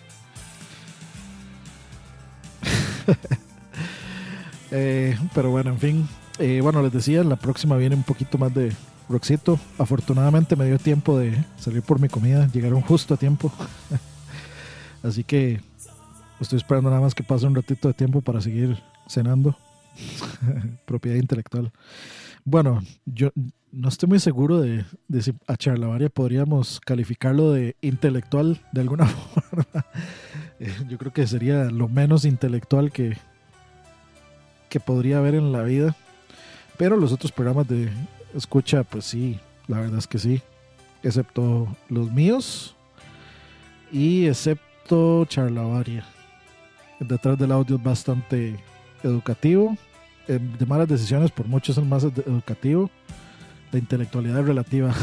Speaker 2: Pero bueno, en fin. Bueno, les decía, la próxima viene un poquito más de rockcito. Afortunadamente me dio tiempo de salir por mi comida. Llegaron justo a tiempo. Así que estoy esperando nada más que pase un ratito de tiempo para seguir cenando. Propiedad intelectual. Bueno, yo no estoy muy seguro de si a Charlavaria podríamos calificarlo de intelectual de alguna forma. Yo creo que sería lo menos intelectual que podría haber en la vida. Pero los otros programas de escucha, pues sí, la verdad es que sí. Excepto los míos y excepto Charlavaria. Detrás del audio es bastante educativo. De malas decisiones, por mucho es el más educativo. La intelectualidad es relativa.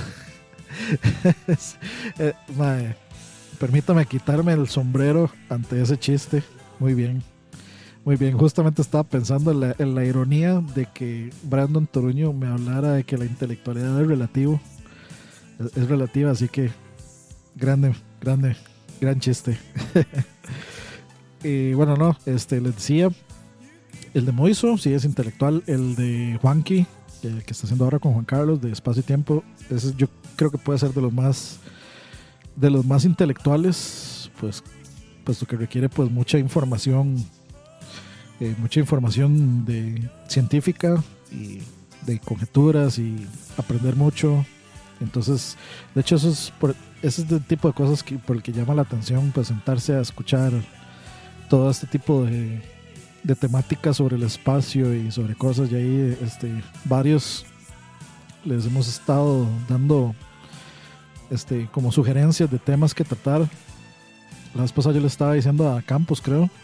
Speaker 2: Permítame quitarme el sombrero ante ese chiste. Muy bien. Muy bien, justamente estaba pensando en la ironía de que Brandon Toruño me hablara de que la intelectualidad es relativo. Es relativa, así que gran chiste. Bueno, no, les decía, el de Moiso sí es intelectual, el de Juanqui, que está haciendo ahora con Juan Carlos, de Espacio y Tiempo, ese yo creo que puede ser de los más intelectuales, pues puesto que requiere pues mucha información de científica y de conjeturas y aprender mucho. Entonces, de hecho, ese es el tipo de cosas por el que llama la atención, pues sentarse a escuchar todo este tipo de temáticas sobre el espacio y sobre cosas. Y ahí varios les hemos estado dando como sugerencias de temas que tratar. La vez pasada yo le estaba diciendo a Campos,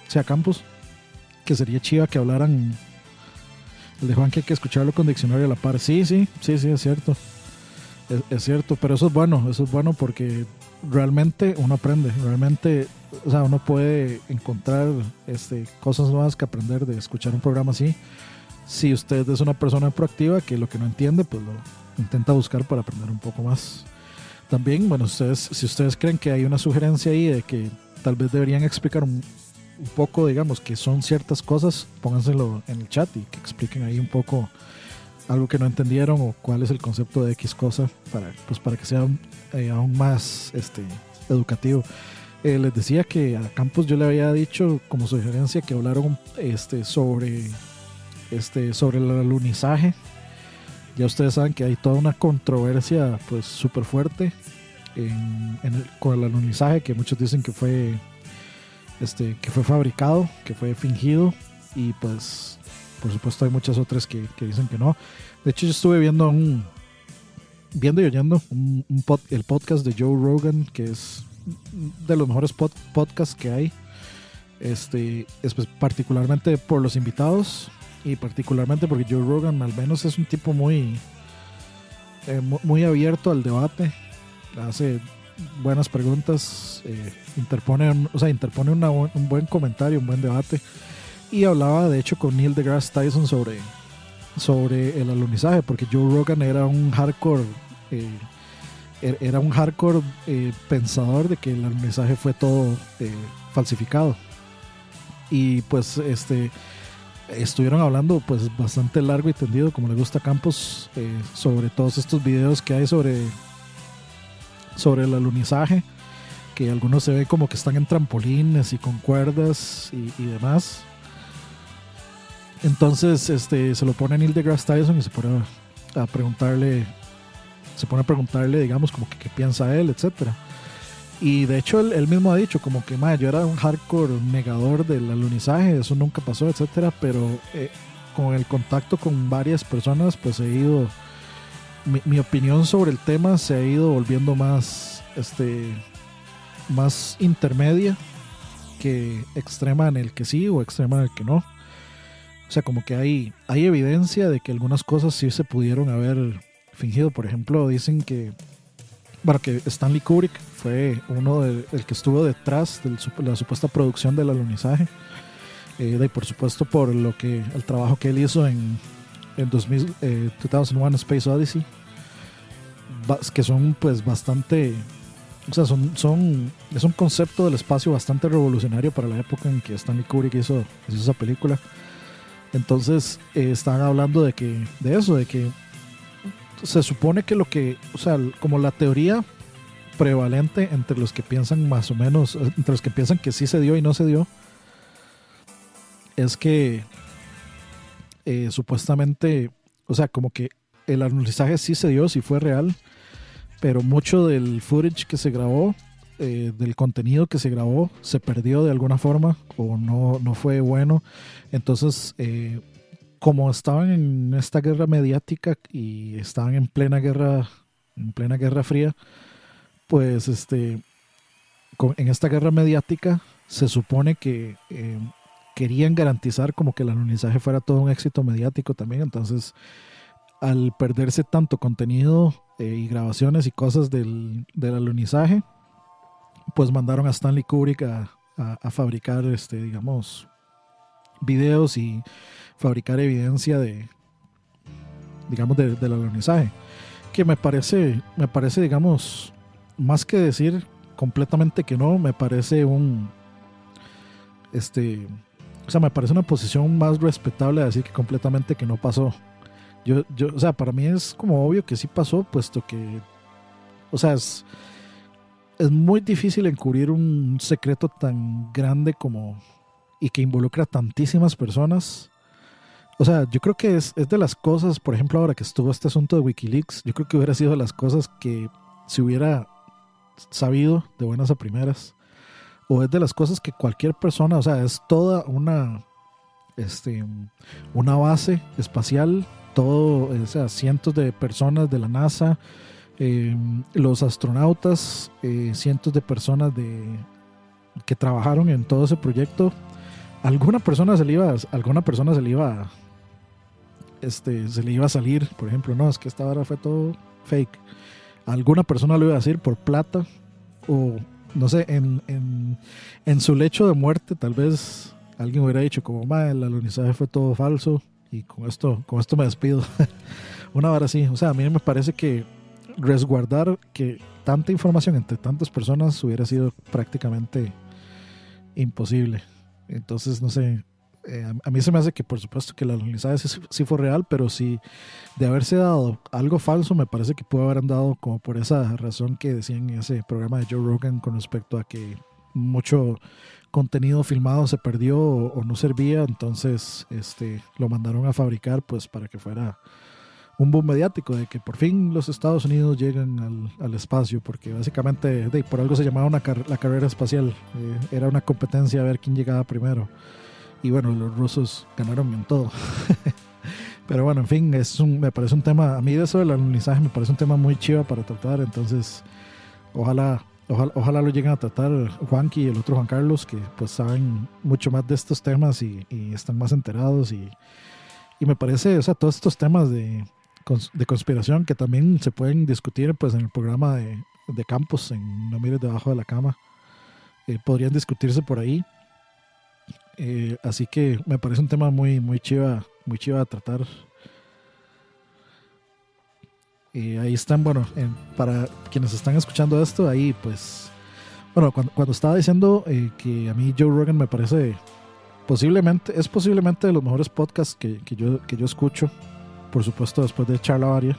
Speaker 2: que sería chiva que hablaran el de Juan, que hay que escucharlo con diccionario a la par. Sí, es cierto. Es cierto, pero eso es bueno porque realmente uno aprende, o sea, uno puede encontrar cosas nuevas que aprender de escuchar un programa así. Si usted es una persona proactiva que lo que no entiende, pues lo intenta buscar para aprender un poco más. También, bueno, si ustedes creen que hay una sugerencia ahí de que tal vez deberían explicar un poco, digamos, que son ciertas cosas, pónganselo en el chat y que expliquen ahí un poco algo que no entendieron o cuál es el concepto de X cosa para que sea aún más educativo. Les decía que a Campos yo le había dicho como sugerencia que hablaron sobre el alunizaje. Ya ustedes saben que hay toda una controversia pues súper fuerte con el alunizaje, que muchos dicen que fue fabricado, que fue fingido, y pues por supuesto hay muchas otras que dicen que no. De hecho yo estuve viendo y oyendo el podcast de Joe Rogan, que es de los mejores podcasts que hay, particularmente por los invitados y particularmente porque Joe Rogan al menos es un tipo muy abierto al debate, hace buenas preguntas, interpone un buen comentario, un buen debate, y hablaba de hecho con Neil deGrasse Tyson sobre el alunizaje, porque Joe Rogan era un hardcore pensador de que el alunizaje fue todo falsificado, y pues estuvieron hablando pues bastante largo y tendido, como le gusta a Campos, sobre todos estos videos que hay sobre el alunizaje, que algunos se ve como que están en trampolines y con cuerdas y demás. Entonces se lo pone a Neil deGrasse Tyson y se pone a preguntarle, digamos, como que qué piensa él, etcétera. Y de hecho él mismo ha dicho como que yo era un hardcore negador del alunizaje, eso nunca pasó, etcétera, pero con el contacto con varias personas pues he ido, mi opinión sobre el tema se ha ido volviendo más más intermedia que extrema en el que sí o extrema en el que no. O sea, como que hay evidencia de que algunas cosas sí se pudieron haber fingido. Por ejemplo, dicen que Stanley Kubrick fue el que estuvo detrás de la supuesta producción del alunizaje. Y por supuesto por el trabajo que él hizo en 2001 Space Odyssey, que son pues bastante, o sea, es un concepto del espacio bastante revolucionario para la época en que Stanley Kubrick hizo esa película. Entonces estaban hablando de que se supone que o sea, como la teoría prevalente entre los que piensan más o menos, entre los que piensan que sí se dio y no se dio, es que supuestamente, o sea, como que el alunizaje sí se dio, sí fue real, pero mucho del footage que se grabó, del contenido que se grabó, se perdió de alguna forma o no fue bueno. Entonces, como estaban en esta guerra mediática y estaban en plena guerra fría, pues en esta guerra mediática se supone que querían garantizar como que el alunizaje fuera todo un éxito mediático también. Entonces, al perderse tanto contenido y grabaciones y cosas del alunizaje, pues mandaron a Stanley Kubrick a fabricar digamos videos y fabricar evidencia del alunizaje, que me parece, digamos, más que decir completamente que no, me parece o sea, me parece una posición más respetable de decir que completamente que no pasó. O sea, para mí es como obvio que sí pasó, puesto que, o sea, es muy difícil encubrir un secreto tan grande y que involucra a tantísimas personas. O sea, yo creo que es de las cosas, por ejemplo, ahora que estuvo este asunto de Wikileaks, yo creo que hubiera sido de las cosas que se hubiera sabido de buenas a primeras, o es de las cosas que cualquier persona, o sea, es toda una base espacial, todo, o sea, cientos de personas de la NASA, los astronautas, cientos de personas que trabajaron en todo ese proyecto. Alguna persona se le iba a salir, por ejemplo, no, es que esta vara fue todo fake. Alguna persona lo iba a decir por plata, o no sé, en su lecho de muerte tal vez alguien hubiera dicho como, el alunizaje fue todo falso y con esto me despido. Una vara así. O sea, a mí me parece que resguardar que tanta información entre tantas personas hubiera sido prácticamente imposible. Entonces, no sé, a mí se me hace que por supuesto que el alunizaje sí fue real, pero si de haberse dado algo falso, me parece que pudo haber andado como por esa razón que decían en ese programa de Joe Rogan con respecto a que mucho contenido filmado se perdió o no servía. Entonces lo mandaron a fabricar pues para que fuera un boom mediático de que por fin los Estados Unidos llegan al espacio, porque básicamente por algo se llamaba la carrera espacial, era una competencia a ver quién llegaba primero, y bueno, los rusos ganaron en todo. Pero bueno, en fin, me parece un tema, a mí de eso del alunizaje me parece un tema muy chiva para tratar. Entonces ojalá lo lleguen a tratar Juanqui y el otro Juan Carlos, que pues saben mucho más de estos temas y están más enterados, y me parece, o sea, todos estos temas de conspiración que también se pueden discutir pues en el programa de Campos, en No Mires Debajo de la Cama, podrían discutirse por ahí, así que me parece un tema muy, muy chiva a tratar. Ahí están, bueno, para quienes están escuchando esto, ahí pues, bueno, cuando estaba diciendo que a mí Joe Rogan me parece posiblemente de los mejores podcasts que yo escucho, por supuesto después de Charlavaria.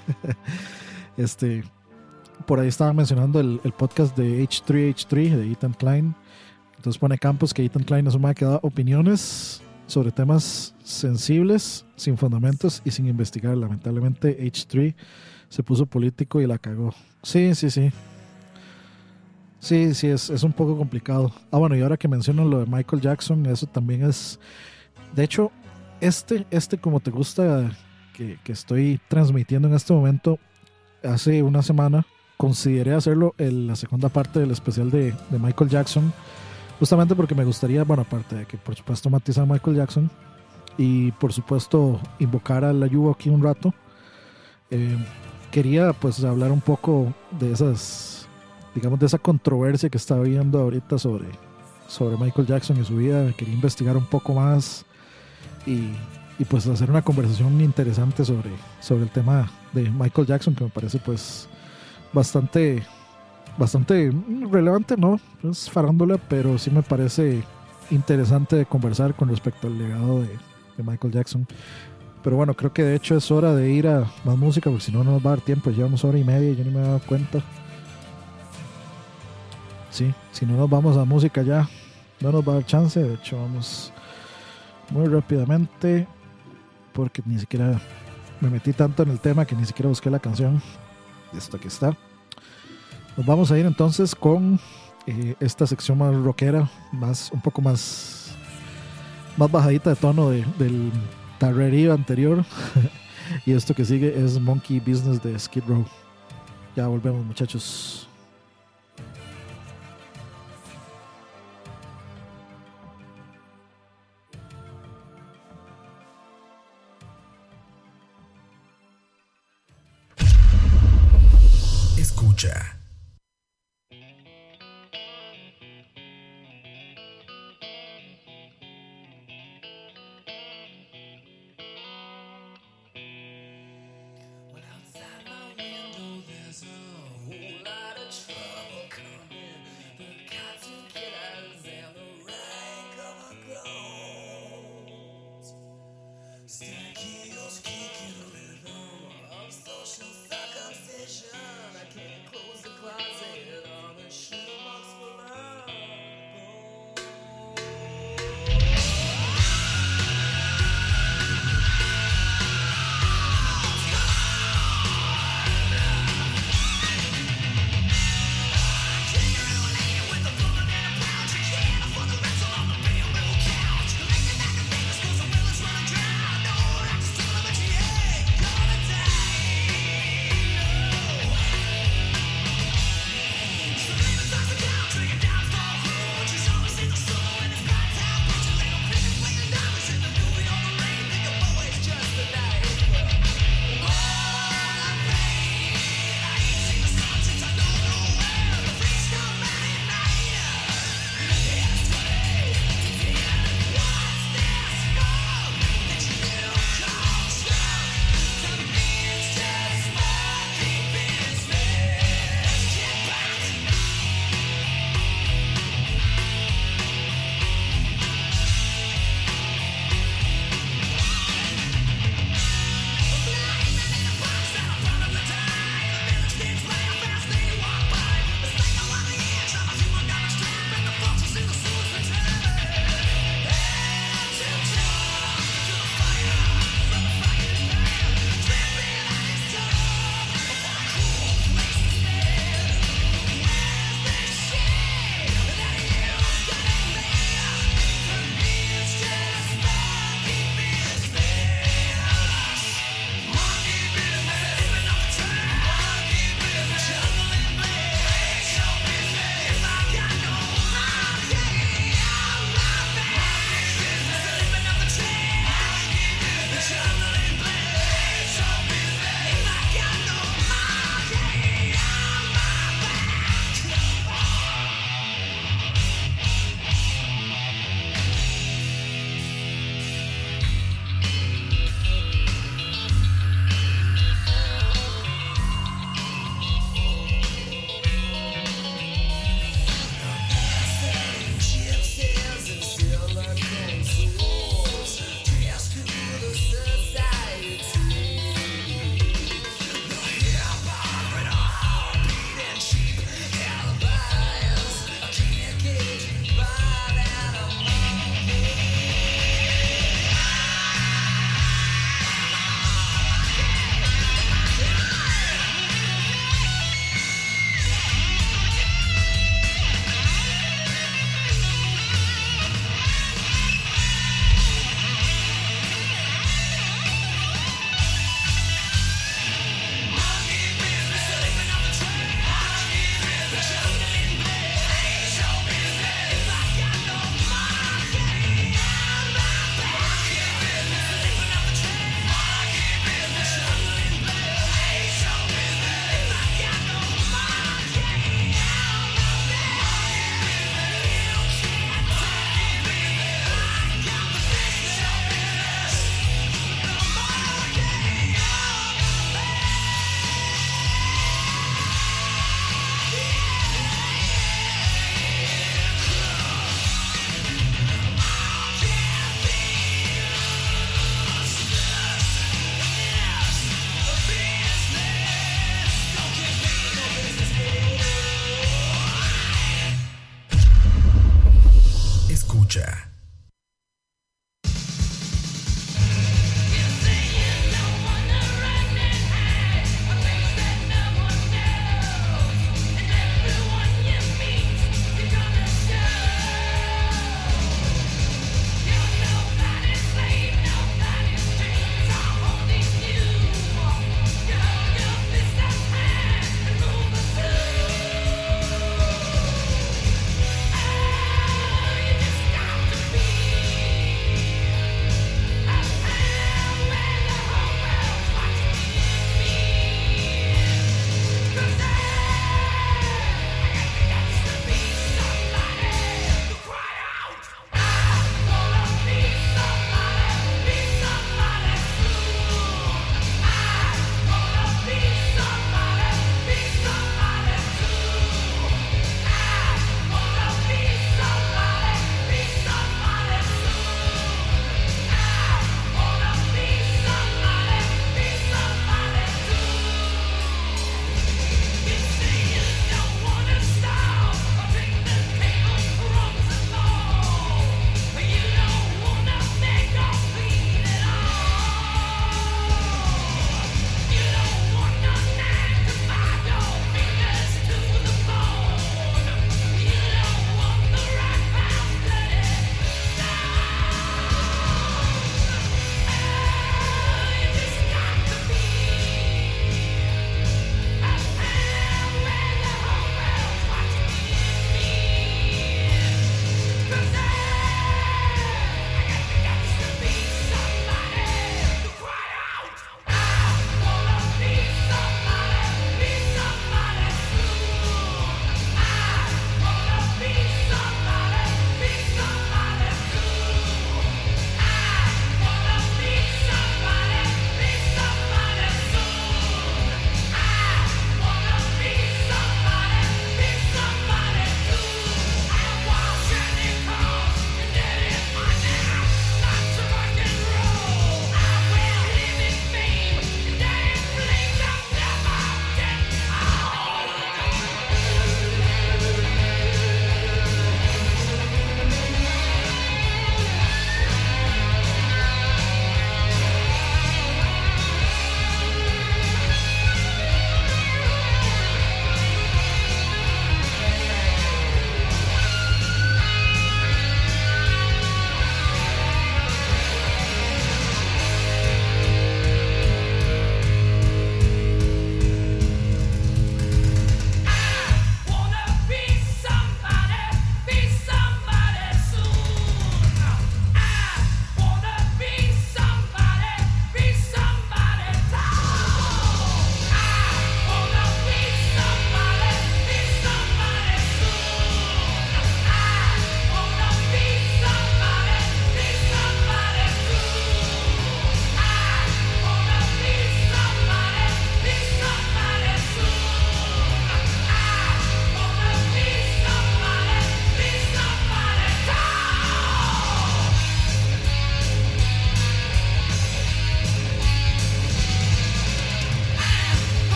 Speaker 2: Por ahí estaba mencionando el podcast de H3H3 de Ethan Klein. Entonces pone Campos que Ethan Klein es un man que da opiniones sobre temas sensibles, sin fundamentos y sin investigar. Lamentablemente H3 se puso político y la cagó. Sí. Sí, sí, es un poco complicado. Ah, bueno, y ahora que mencionan lo de Michael Jackson, eso también es... De hecho, como te gusta, que estoy transmitiendo en este momento, hace una semana consideré hacerlo en la segunda parte del especial de Michael Jackson, justamente porque me gustaría, bueno, aparte de que por supuesto matizar a Michael Jackson y por supuesto invocar a la lluvia aquí un rato, eh, quería pues hablar un poco de esas, digamos, de esa controversia que está habiendo ahorita sobre Michael Jackson y su vida. Quería investigar un poco más y, y pues hacer una conversación interesante sobre el tema de Michael Jackson, que me parece pues bastante relevante, ¿no? Es farándula, pero sí me parece interesante de conversar con respecto al legado de Michael Jackson. Pero bueno, creo que de hecho es hora de ir a más música, porque si no, no nos va a dar tiempo. Llevamos hora y media y yo ni me he dado cuenta. Sí, si no nos vamos a música ya, no nos va a dar chance. De hecho, vamos muy rápidamente, porque ni siquiera me metí tanto en el tema que ni siquiera busqué la canción. Esto aquí está. Nos vamos a ir entonces con esta sección más rockera, un poco más bajadita de tono del tarrerío anterior. Y esto que sigue es Monkey Business de Skid Row. Ya volvemos, muchachos.
Speaker 1: Escucha.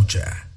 Speaker 1: escucha.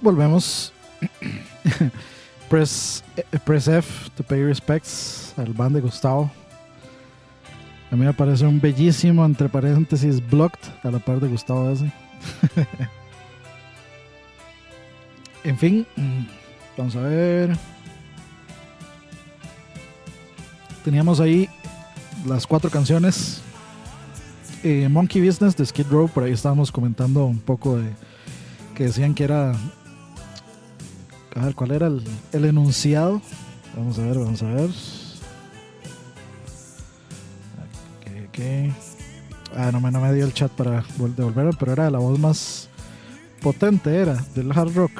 Speaker 2: volvemos. Press F to pay respects al band de Gustavo. A mí me parece un bellísimo, entre paréntesis, blocked a la par de Gustavo ese. En fin, vamos a ver. Teníamos ahí las 4 canciones. Monkey Business de Skid Row, por ahí estábamos comentando un poco de que decían que era, a ver, ¿cuál era el enunciado? Vamos a ver. Okay. No me dio el chat para devolverlo, pero era la voz más potente, era del hard rock.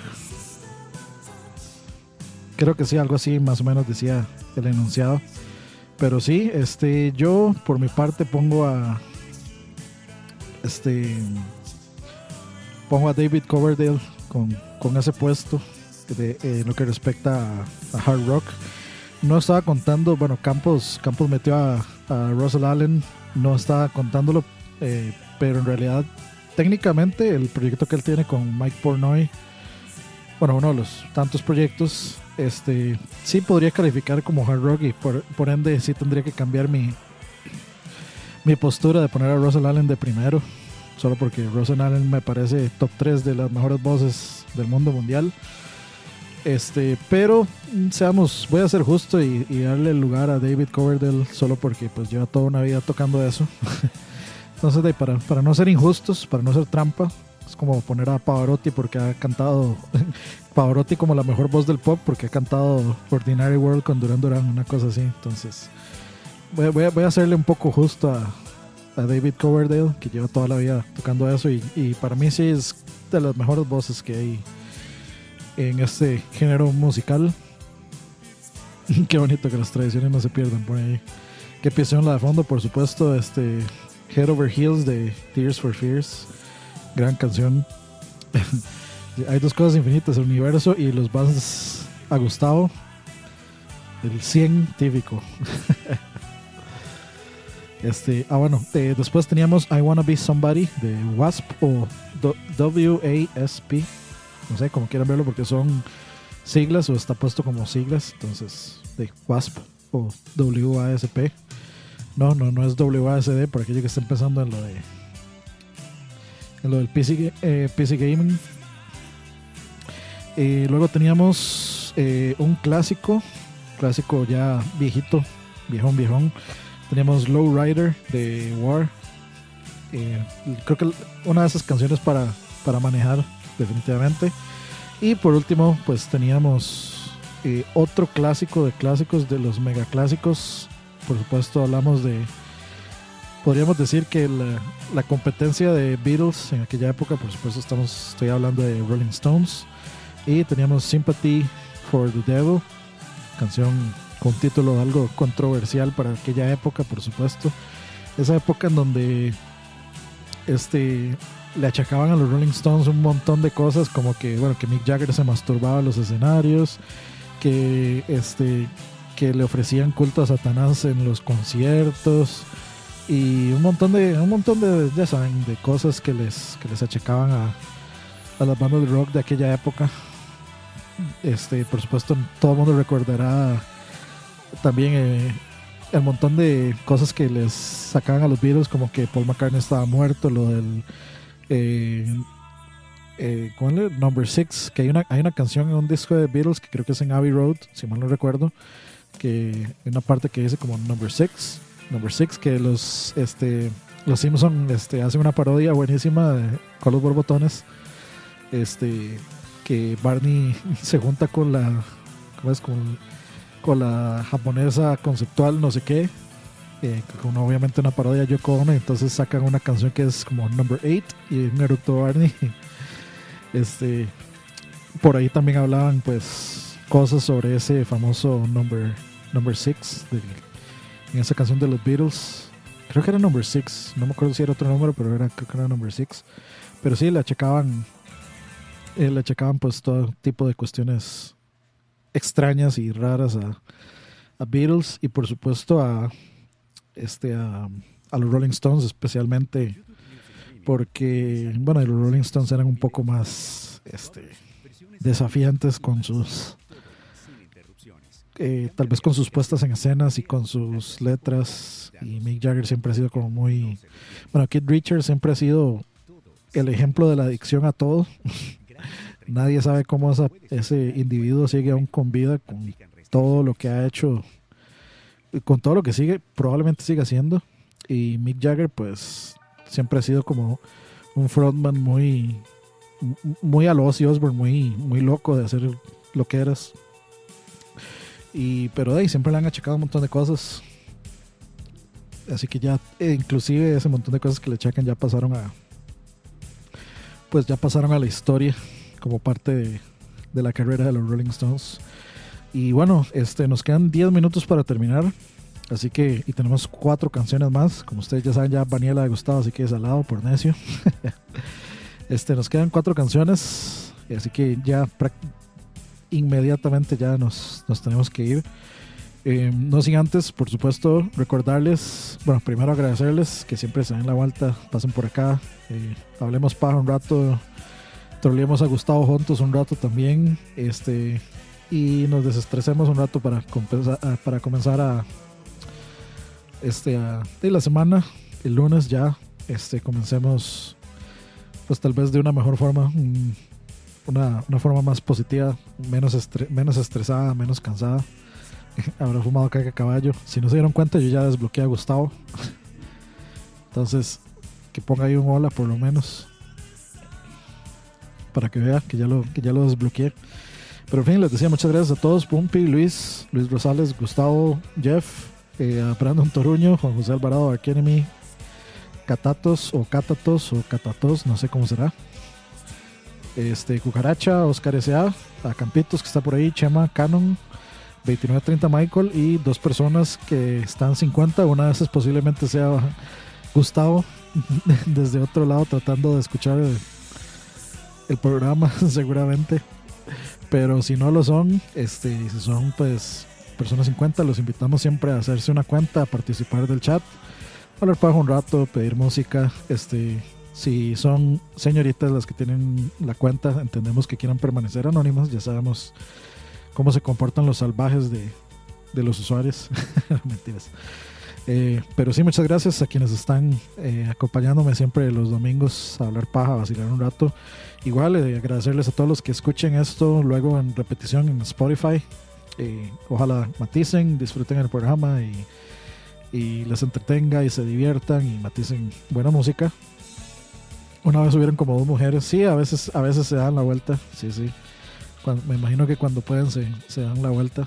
Speaker 2: Creo que sí, algo así más o menos decía el enunciado. Pero sí, yo por mi parte pongo a David Coverdale con ese puesto en lo que respecta a hard rock. No estaba contando, bueno, Campos metió a Russell Allen, no estaba contándolo, pero en realidad técnicamente el proyecto que él tiene con Mike Portnoy, bueno, uno de los tantos proyectos, sí podría calificar como hard rock, y por ende sí tendría que cambiar mi postura de poner a Russell Allen de primero, solo porque Russell Allen me parece top 3 de las mejores voces del mundo mundial. Pero voy a ser justo y darle el lugar a David Coverdale, solo porque pues lleva toda una vida tocando eso. Entonces, para no ser injustos, para no ser trampa, es como poner a Pavarotti porque ha cantado Pavarotti como la mejor voz del pop porque ha cantado Ordinary World con Duran Duran, una cosa así. Entonces voy a hacerle un poco justo a David Coverdale, que lleva toda la vida tocando eso, y para mí sí es de las mejores voces que hay en este género musical. Qué bonito que las tradiciones no se pierdan por ahí. Qué piezón la de fondo, por supuesto, Head Over Heels de Tears for Fears, gran canción. Hay dos cosas infinitas, el universo y los bands a Gustavo, el científico. Después teníamos I Wanna Be Somebody de Wasp o W-A-S-P, no sé, como quieran verlo, porque son siglas o está puesto como siglas. Entonces, de Wasp o W-A-S-P. No es W-A-S-D, por aquello que está empezando en lo del PC Gaming. Luego teníamos un clásico ya viejito, viejón. Teníamos Lowrider de War. Creo que una de esas canciones para manejar, definitivamente. Y por último, pues teníamos otro clásico de clásicos, de los mega clásicos. Por supuesto, podríamos decir que la competencia de Beatles en aquella época, por supuesto estoy hablando de Rolling Stones. Y teníamos Sympathy for the Devil, canción con un título algo controversial para aquella época, por supuesto. Esa época en donde le achacaban a los Rolling Stones un montón de cosas, como que Mick Jagger se masturbaba en los escenarios, que le ofrecían culto a Satanás en los conciertos, y un montón de ya saben, de cosas que les achacaban a las bandas de rock de aquella época. Por supuesto, todo el mundo recordará también el montón de cosas que les sacaban a los Beatles, como que Paul McCartney estaba muerto, lo del Number 6, que hay una canción en un disco de Beatles que creo que es en Abbey Road, si mal no recuerdo, que hay una parte que dice como Number 6, que los Simpson hacen una parodia buenísima con los borbotones, que Barney se junta con la japonesa conceptual no sé qué, con obviamente una parodia de Yoko Ono, y entonces sacan una canción que es como Number 8 y un eructo Barney. Por ahí también hablaban pues cosas sobre ese famoso Number 6 en esa canción de los Beatles. Creo que era Number 6, no me acuerdo si era otro número, pero creo que era Number 6. Pero sí, le achacaban pues todo tipo de cuestiones extrañas y raras a Beatles, y por supuesto a los Rolling Stones, especialmente porque los Rolling Stones eran un poco más desafiantes con sus tal vez con sus puestas en escenas y con sus letras. Y Mick Jagger siempre ha sido como muy, bueno, Keith Richards siempre ha sido el ejemplo de la adicción a todo. Nadie sabe cómo ese individuo sigue aún con vida, con todo lo que ha hecho, con todo lo que sigue, probablemente siga haciendo. Y Mick Jagger pues siempre ha sido como un frontman muy a lo Ozzy Osbourne, muy loco de hacer lo que eras. Pero de ahí siempre le han achacado un montón de cosas. Así que ya, inclusive ese montón de cosas que le achacan ya pasaron a la historia como parte de la carrera de los Rolling Stones. Y bueno, nos quedan 10 minutos para terminar. Así que, y tenemos 4 canciones más. Como ustedes ya saben, ya Vaniela de Gustavo, así que salado por necio. Nos quedan 4 canciones. Así que ya inmediatamente ya nos tenemos que ir. No sin antes, por supuesto, recordarles, bueno, primero agradecerles que siempre se den la vuelta, pasen por acá, hablemos paja un rato, troleemos a Gustavo juntos un rato también, y nos desestresemos un rato para comenzar a la semana. El lunes ya comencemos pues tal vez de una mejor forma, una forma más positiva, menos estresada, menos cansada. Habrá fumado caca a caballo. Si no se dieron cuenta, yo ya desbloqueé a Gustavo. Entonces, que ponga ahí un hola por lo menos, para que vea que ya lo desbloqueé. Pero en fin, les decía muchas gracias a todos: Pumpi, Luis Rosales, Gustavo, Jeff, a Brandon Toruño, Juan José Alvarado, Arkenemy, Catatos, no sé cómo será, Cucaracha, Oscar S.A., a Campitos que está por ahí, Chema, Canon, 2930 Michael, y 2 personas que están 50. Una de esas posiblemente sea Gustavo desde otro lado tratando de escuchar el programa seguramente, pero si no lo son, si son pues personas 50, los invitamos siempre a hacerse una cuenta, a participar del chat, hablar paja un rato, pedir música. Si son señoritas las que tienen la cuenta, entendemos que quieran permanecer anónimas, ya sabemos cómo se comportan los salvajes de los usuarios. Mentiras. Pero sí, muchas gracias a quienes están acompañándome siempre los domingos a hablar paja, a vacilar un rato. Igual agradecerles a todos los que escuchen esto luego en repetición en Spotify. Ojalá maticen, disfruten el programa y les entretenga y se diviertan y maticen buena música. Una vez subieron como 2 mujeres. Sí, a veces se dan la vuelta. Sí. Me imagino que cuando pueden se dan la vuelta.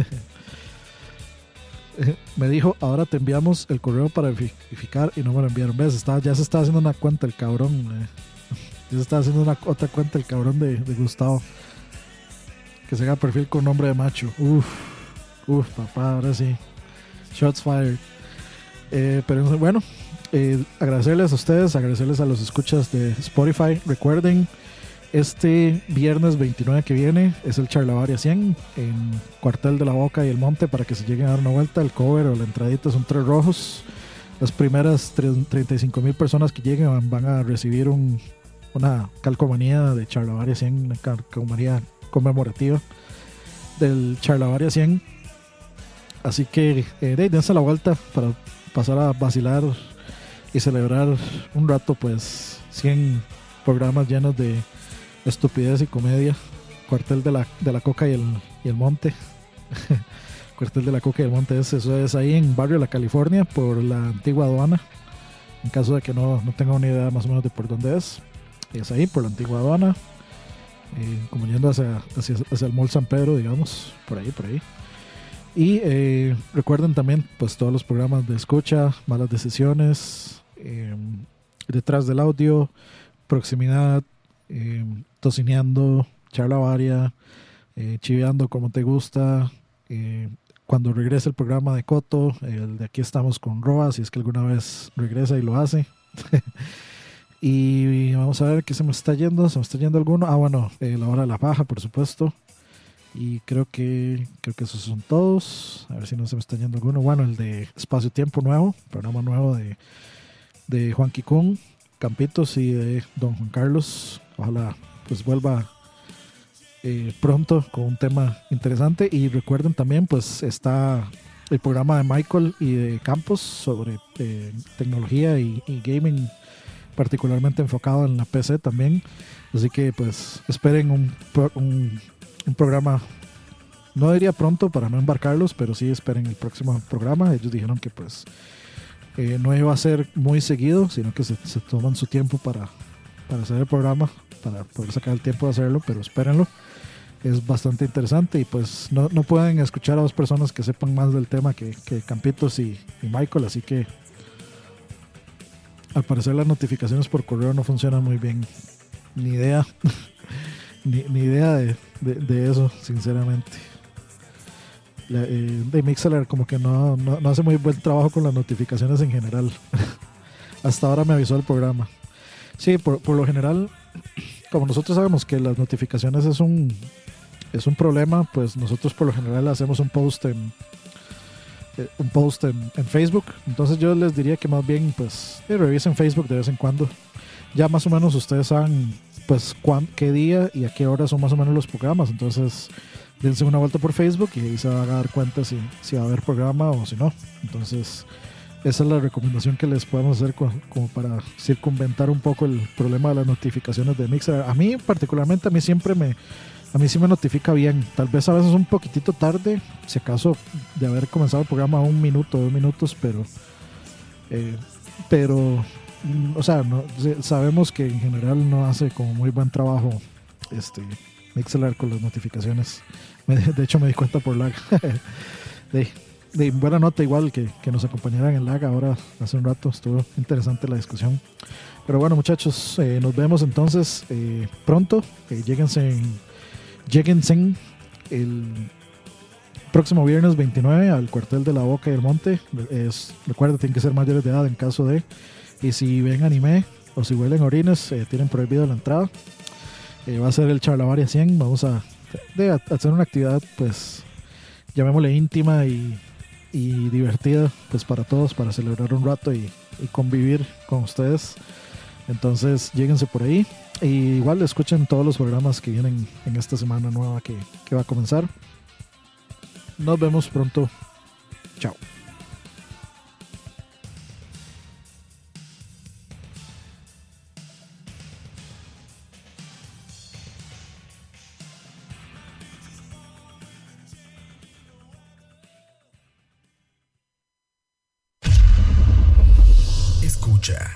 Speaker 2: Me dijo, ahora te enviamos el correo para verificar, y no me lo enviaron. ¿Ves? Ya se estaba haciendo una cuenta el cabrón. Ya se estaba haciendo otra cuenta el cabrón de Gustavo. Que se haga perfil con nombre de macho. Uf, papá, ahora sí. Shots fired. Pero bueno, agradecerles a ustedes, agradecerles a los escuchas de Spotify. Recuerden, este viernes 29 que viene es el Charlavaria 100 en Cuartel de la Boca y el Monte, para que se lleguen a dar una vuelta. El cover o la entradita son 3 rojos. Las primeras 35,000 personas que lleguen van a recibir una calcomanía de Charlavaria 100, una calcomanía conmemorativa del Charlavaria 100. Así que dense la vuelta para pasar a vacilar y celebrar un rato, pues 100 programas llenos de estupidez y comedia. Cuartel de la Coca y el Monte. Cuartel de la Coca y el Monte, eso es ahí en Barrio La California, por la antigua aduana. En caso de que no tenga una idea más o menos de por dónde es ahí por la antigua aduana, como yendo hacia el Mall San Pedro, digamos, por ahí. Y recuerden también pues todos los programas de escucha: Malas Decisiones, Detrás del Audio, Proximidad, Tocineando, Charlavaria, Chiveando como te gusta, cuando regrese el programa de Coto, el de Aquí Estamos con Roa, si es que alguna vez regresa y lo hace. Y vamos a ver qué se me está yendo alguno. Bueno, La Hora de la Paja, por supuesto. Y creo que esos son todos. A ver si no se me está yendo alguno. Bueno, el de Espacio Tiempo nuevo, programa nuevo de Juan Kikun, Campitos y de Don Juan Carlos. Ojalá pues vuelva pronto con un tema interesante. Y recuerden también, pues está el programa de Michael y de Campos sobre tecnología y gaming, particularmente enfocado en la PC también. Así que pues esperen un programa, no diría pronto para no embarcarlos, pero sí esperen el próximo programa. Ellos dijeron que pues no iba a ser muy seguido, sino que se toman su tiempo para hacer el programa, para poder sacar el tiempo de hacerlo, pero espérenlo. Es bastante interesante y pues no pueden escuchar a dos personas que sepan más del tema que Campitos y Michael, así que al parecer las notificaciones por correo no funcionan muy bien. Ni idea ni idea de eso, sinceramente. De Mixler como que no hace muy buen trabajo con las notificaciones en general. Hasta ahora me avisó el programa. Sí, por lo general, como nosotros sabemos que las notificaciones es un problema, pues nosotros por lo general hacemos un post en Facebook. Entonces yo les diría que más bien pues revisen Facebook de vez en cuando. Ya más o menos ustedes saben pues qué día y a qué hora son más o menos los programas. Entonces dense una vuelta por Facebook y ahí se van a dar cuenta si va a haber programa o si no. Entonces esa es la recomendación que les podemos hacer como para circunventar un poco el problema de las notificaciones de Mixer. A mí particularmente, a mí sí me notifica bien. Tal vez a veces un poquitito tarde, si acaso de haber comenzado el programa 1 minuto, 2 minutos, pero o sea, sabemos que en general no hace como muy buen trabajo Mixler con las notificaciones. De hecho me di cuenta por lag. de buena nota igual que nos acompañaran en lag ahora hace un rato. Estuvo interesante la discusión. Pero bueno, muchachos, nos vemos entonces pronto. Lléguense el próximo viernes 29 al cuartel de la Boca y el Monte. Recuerda, tienen que ser mayores de edad en caso de. Y si ven anime o si huelen orines, tienen prohibido la entrada. Va a ser el Charlavaria 100. Vamos a hacer una actividad, pues, llamémosle íntima y divertida, pues para todos, para celebrar un rato y convivir con ustedes. Entonces, lléguense por ahí. Y igual escuchen todos los programas que vienen en esta semana nueva que va a comenzar. Nos vemos pronto. Chao.
Speaker 1: Escucha.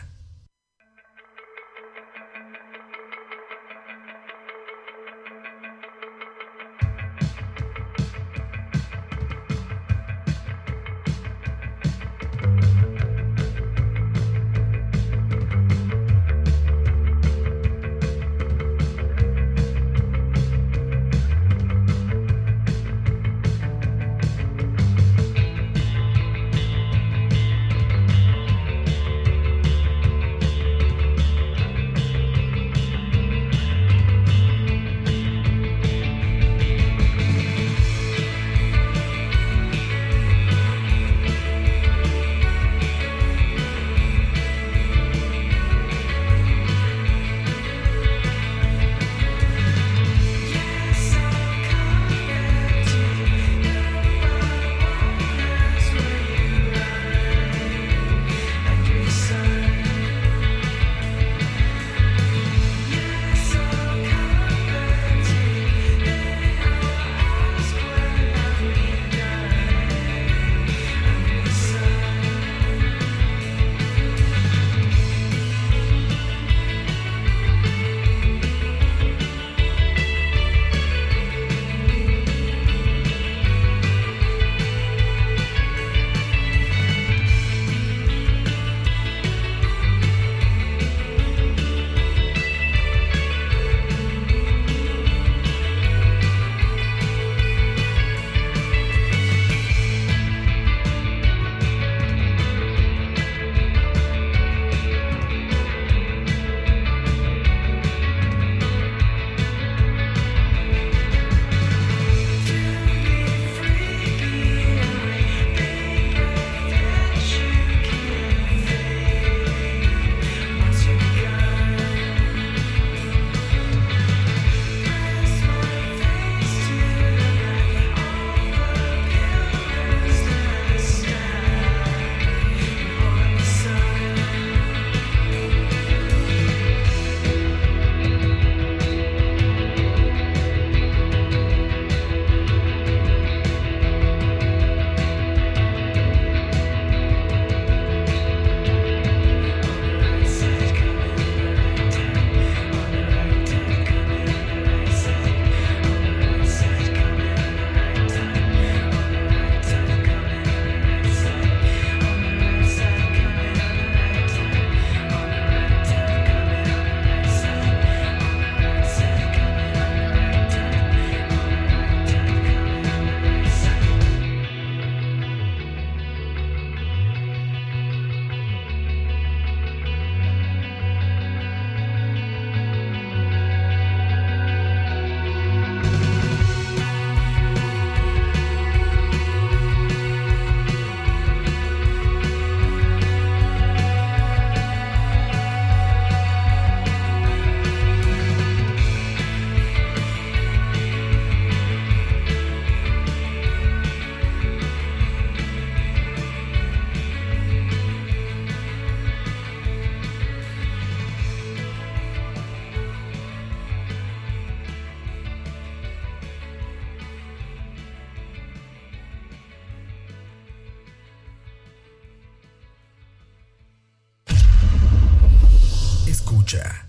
Speaker 1: escucha.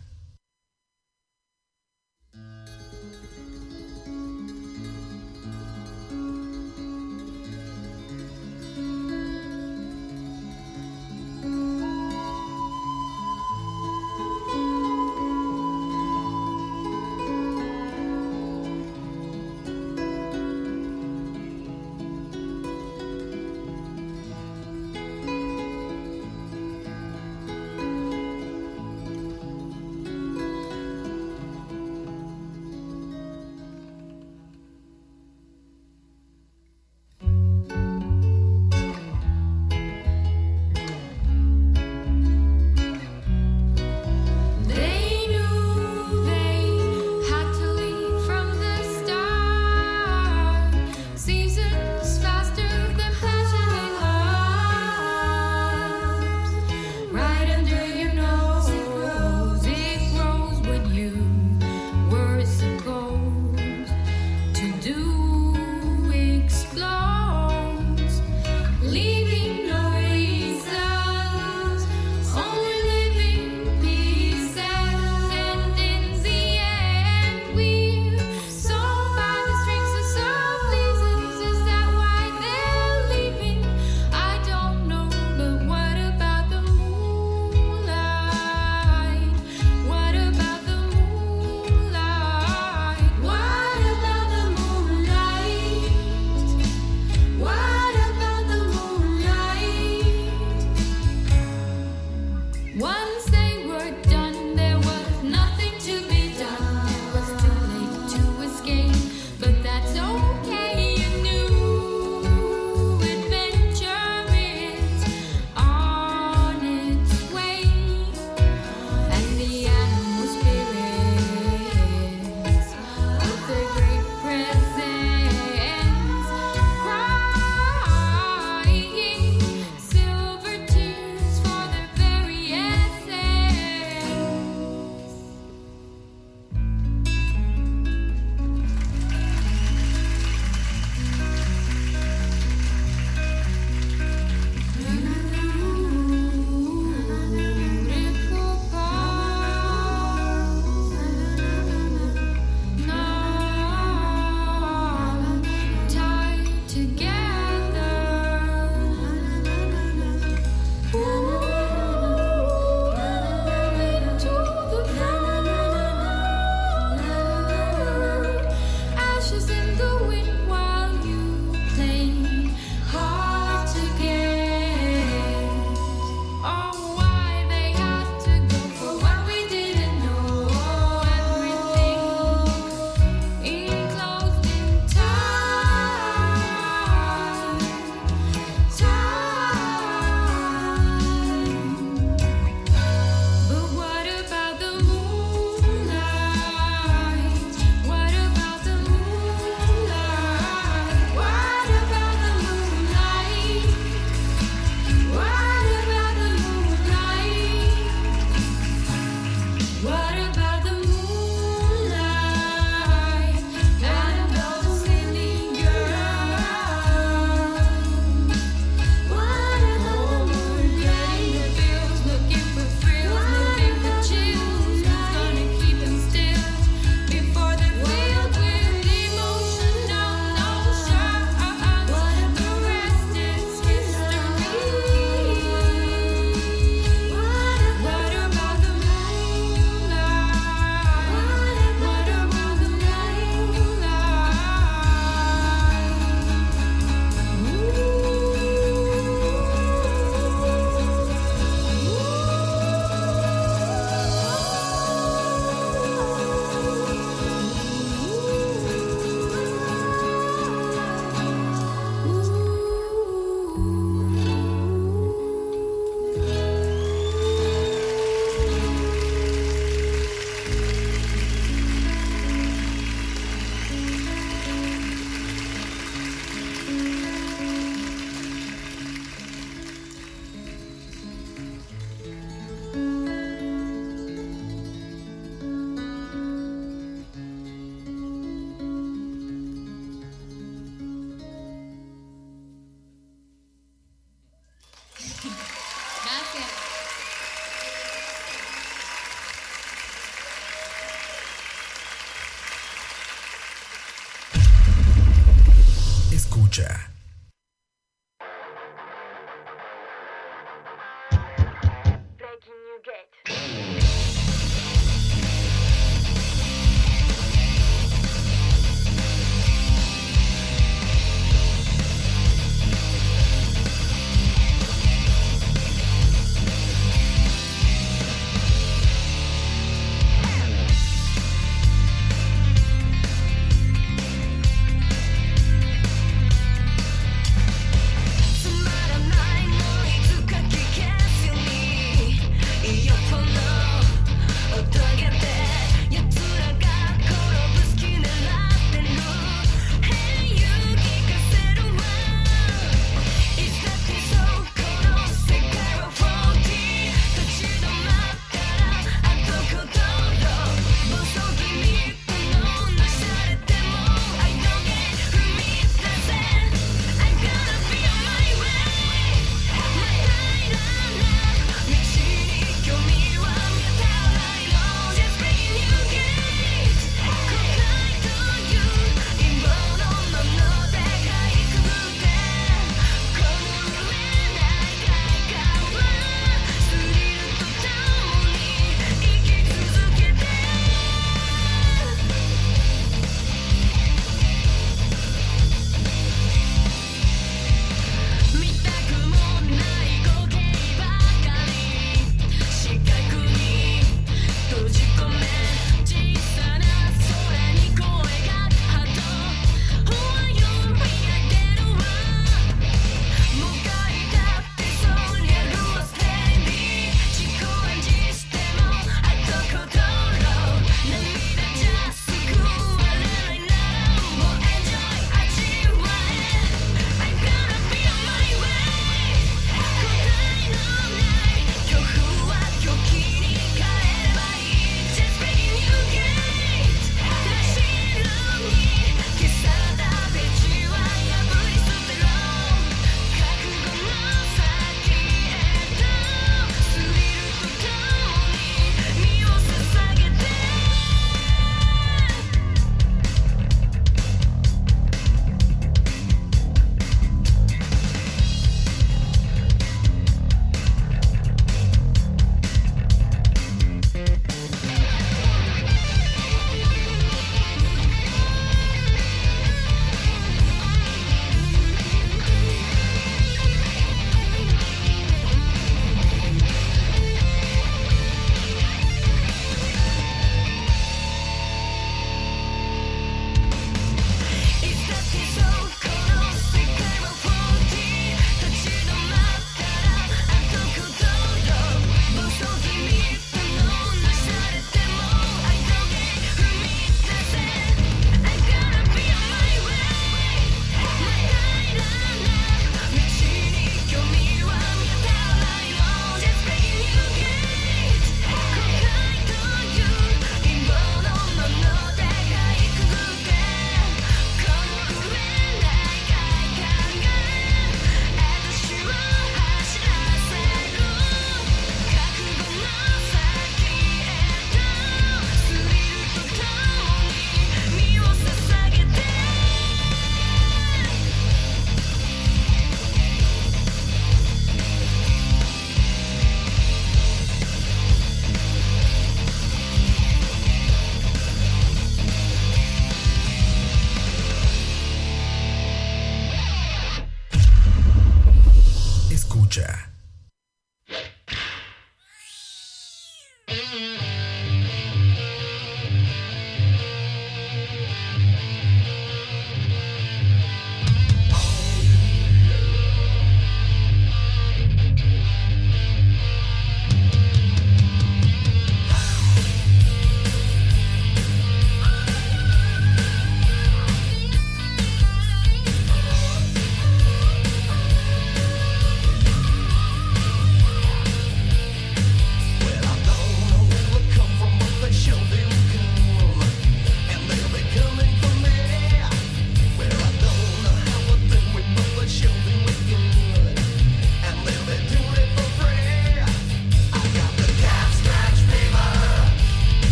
Speaker 1: escucha.
Speaker 7: Breaking New Gate.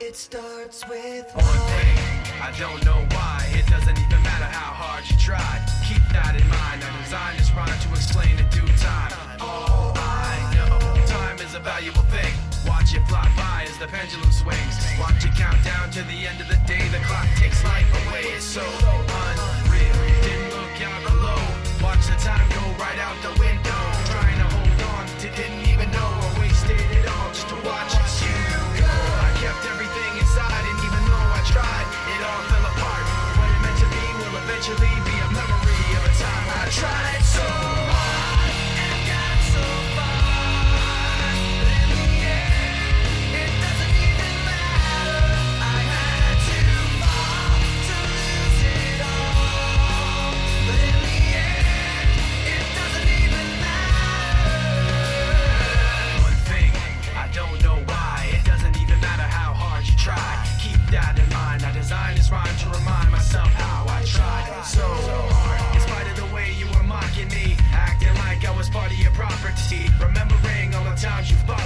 Speaker 8: It starts with
Speaker 9: one thing. I don't know why. It doesn't even matter how hard you try. Keep that in mind. I designed this rhyme to explain in due time. All I know, time is a valuable thing. Watch it fly by as the pendulum swings. Watch it count down to the end of the day. The clock takes life away. It's so unreal. Didn't look out below. Watch the time go right out the window. Trying to hold on to didn't even know I wasted it all just to watch you go. I kept everything inside, and even though I tried, it all fell apart. What it meant to be will eventually be a memory of a time I tried so hard and got so far. But in the end, it doesn't even matter. I had to fall to lose it all. But in the end, it doesn't even matter. One thing, I don't know why. It doesn't even matter how hard you try. Keep that in mind. I designed this rhyme to remind myself how I tried so hard. In spite of the way you were mocking me, acting like I was part of your property. Remembering all the times you fought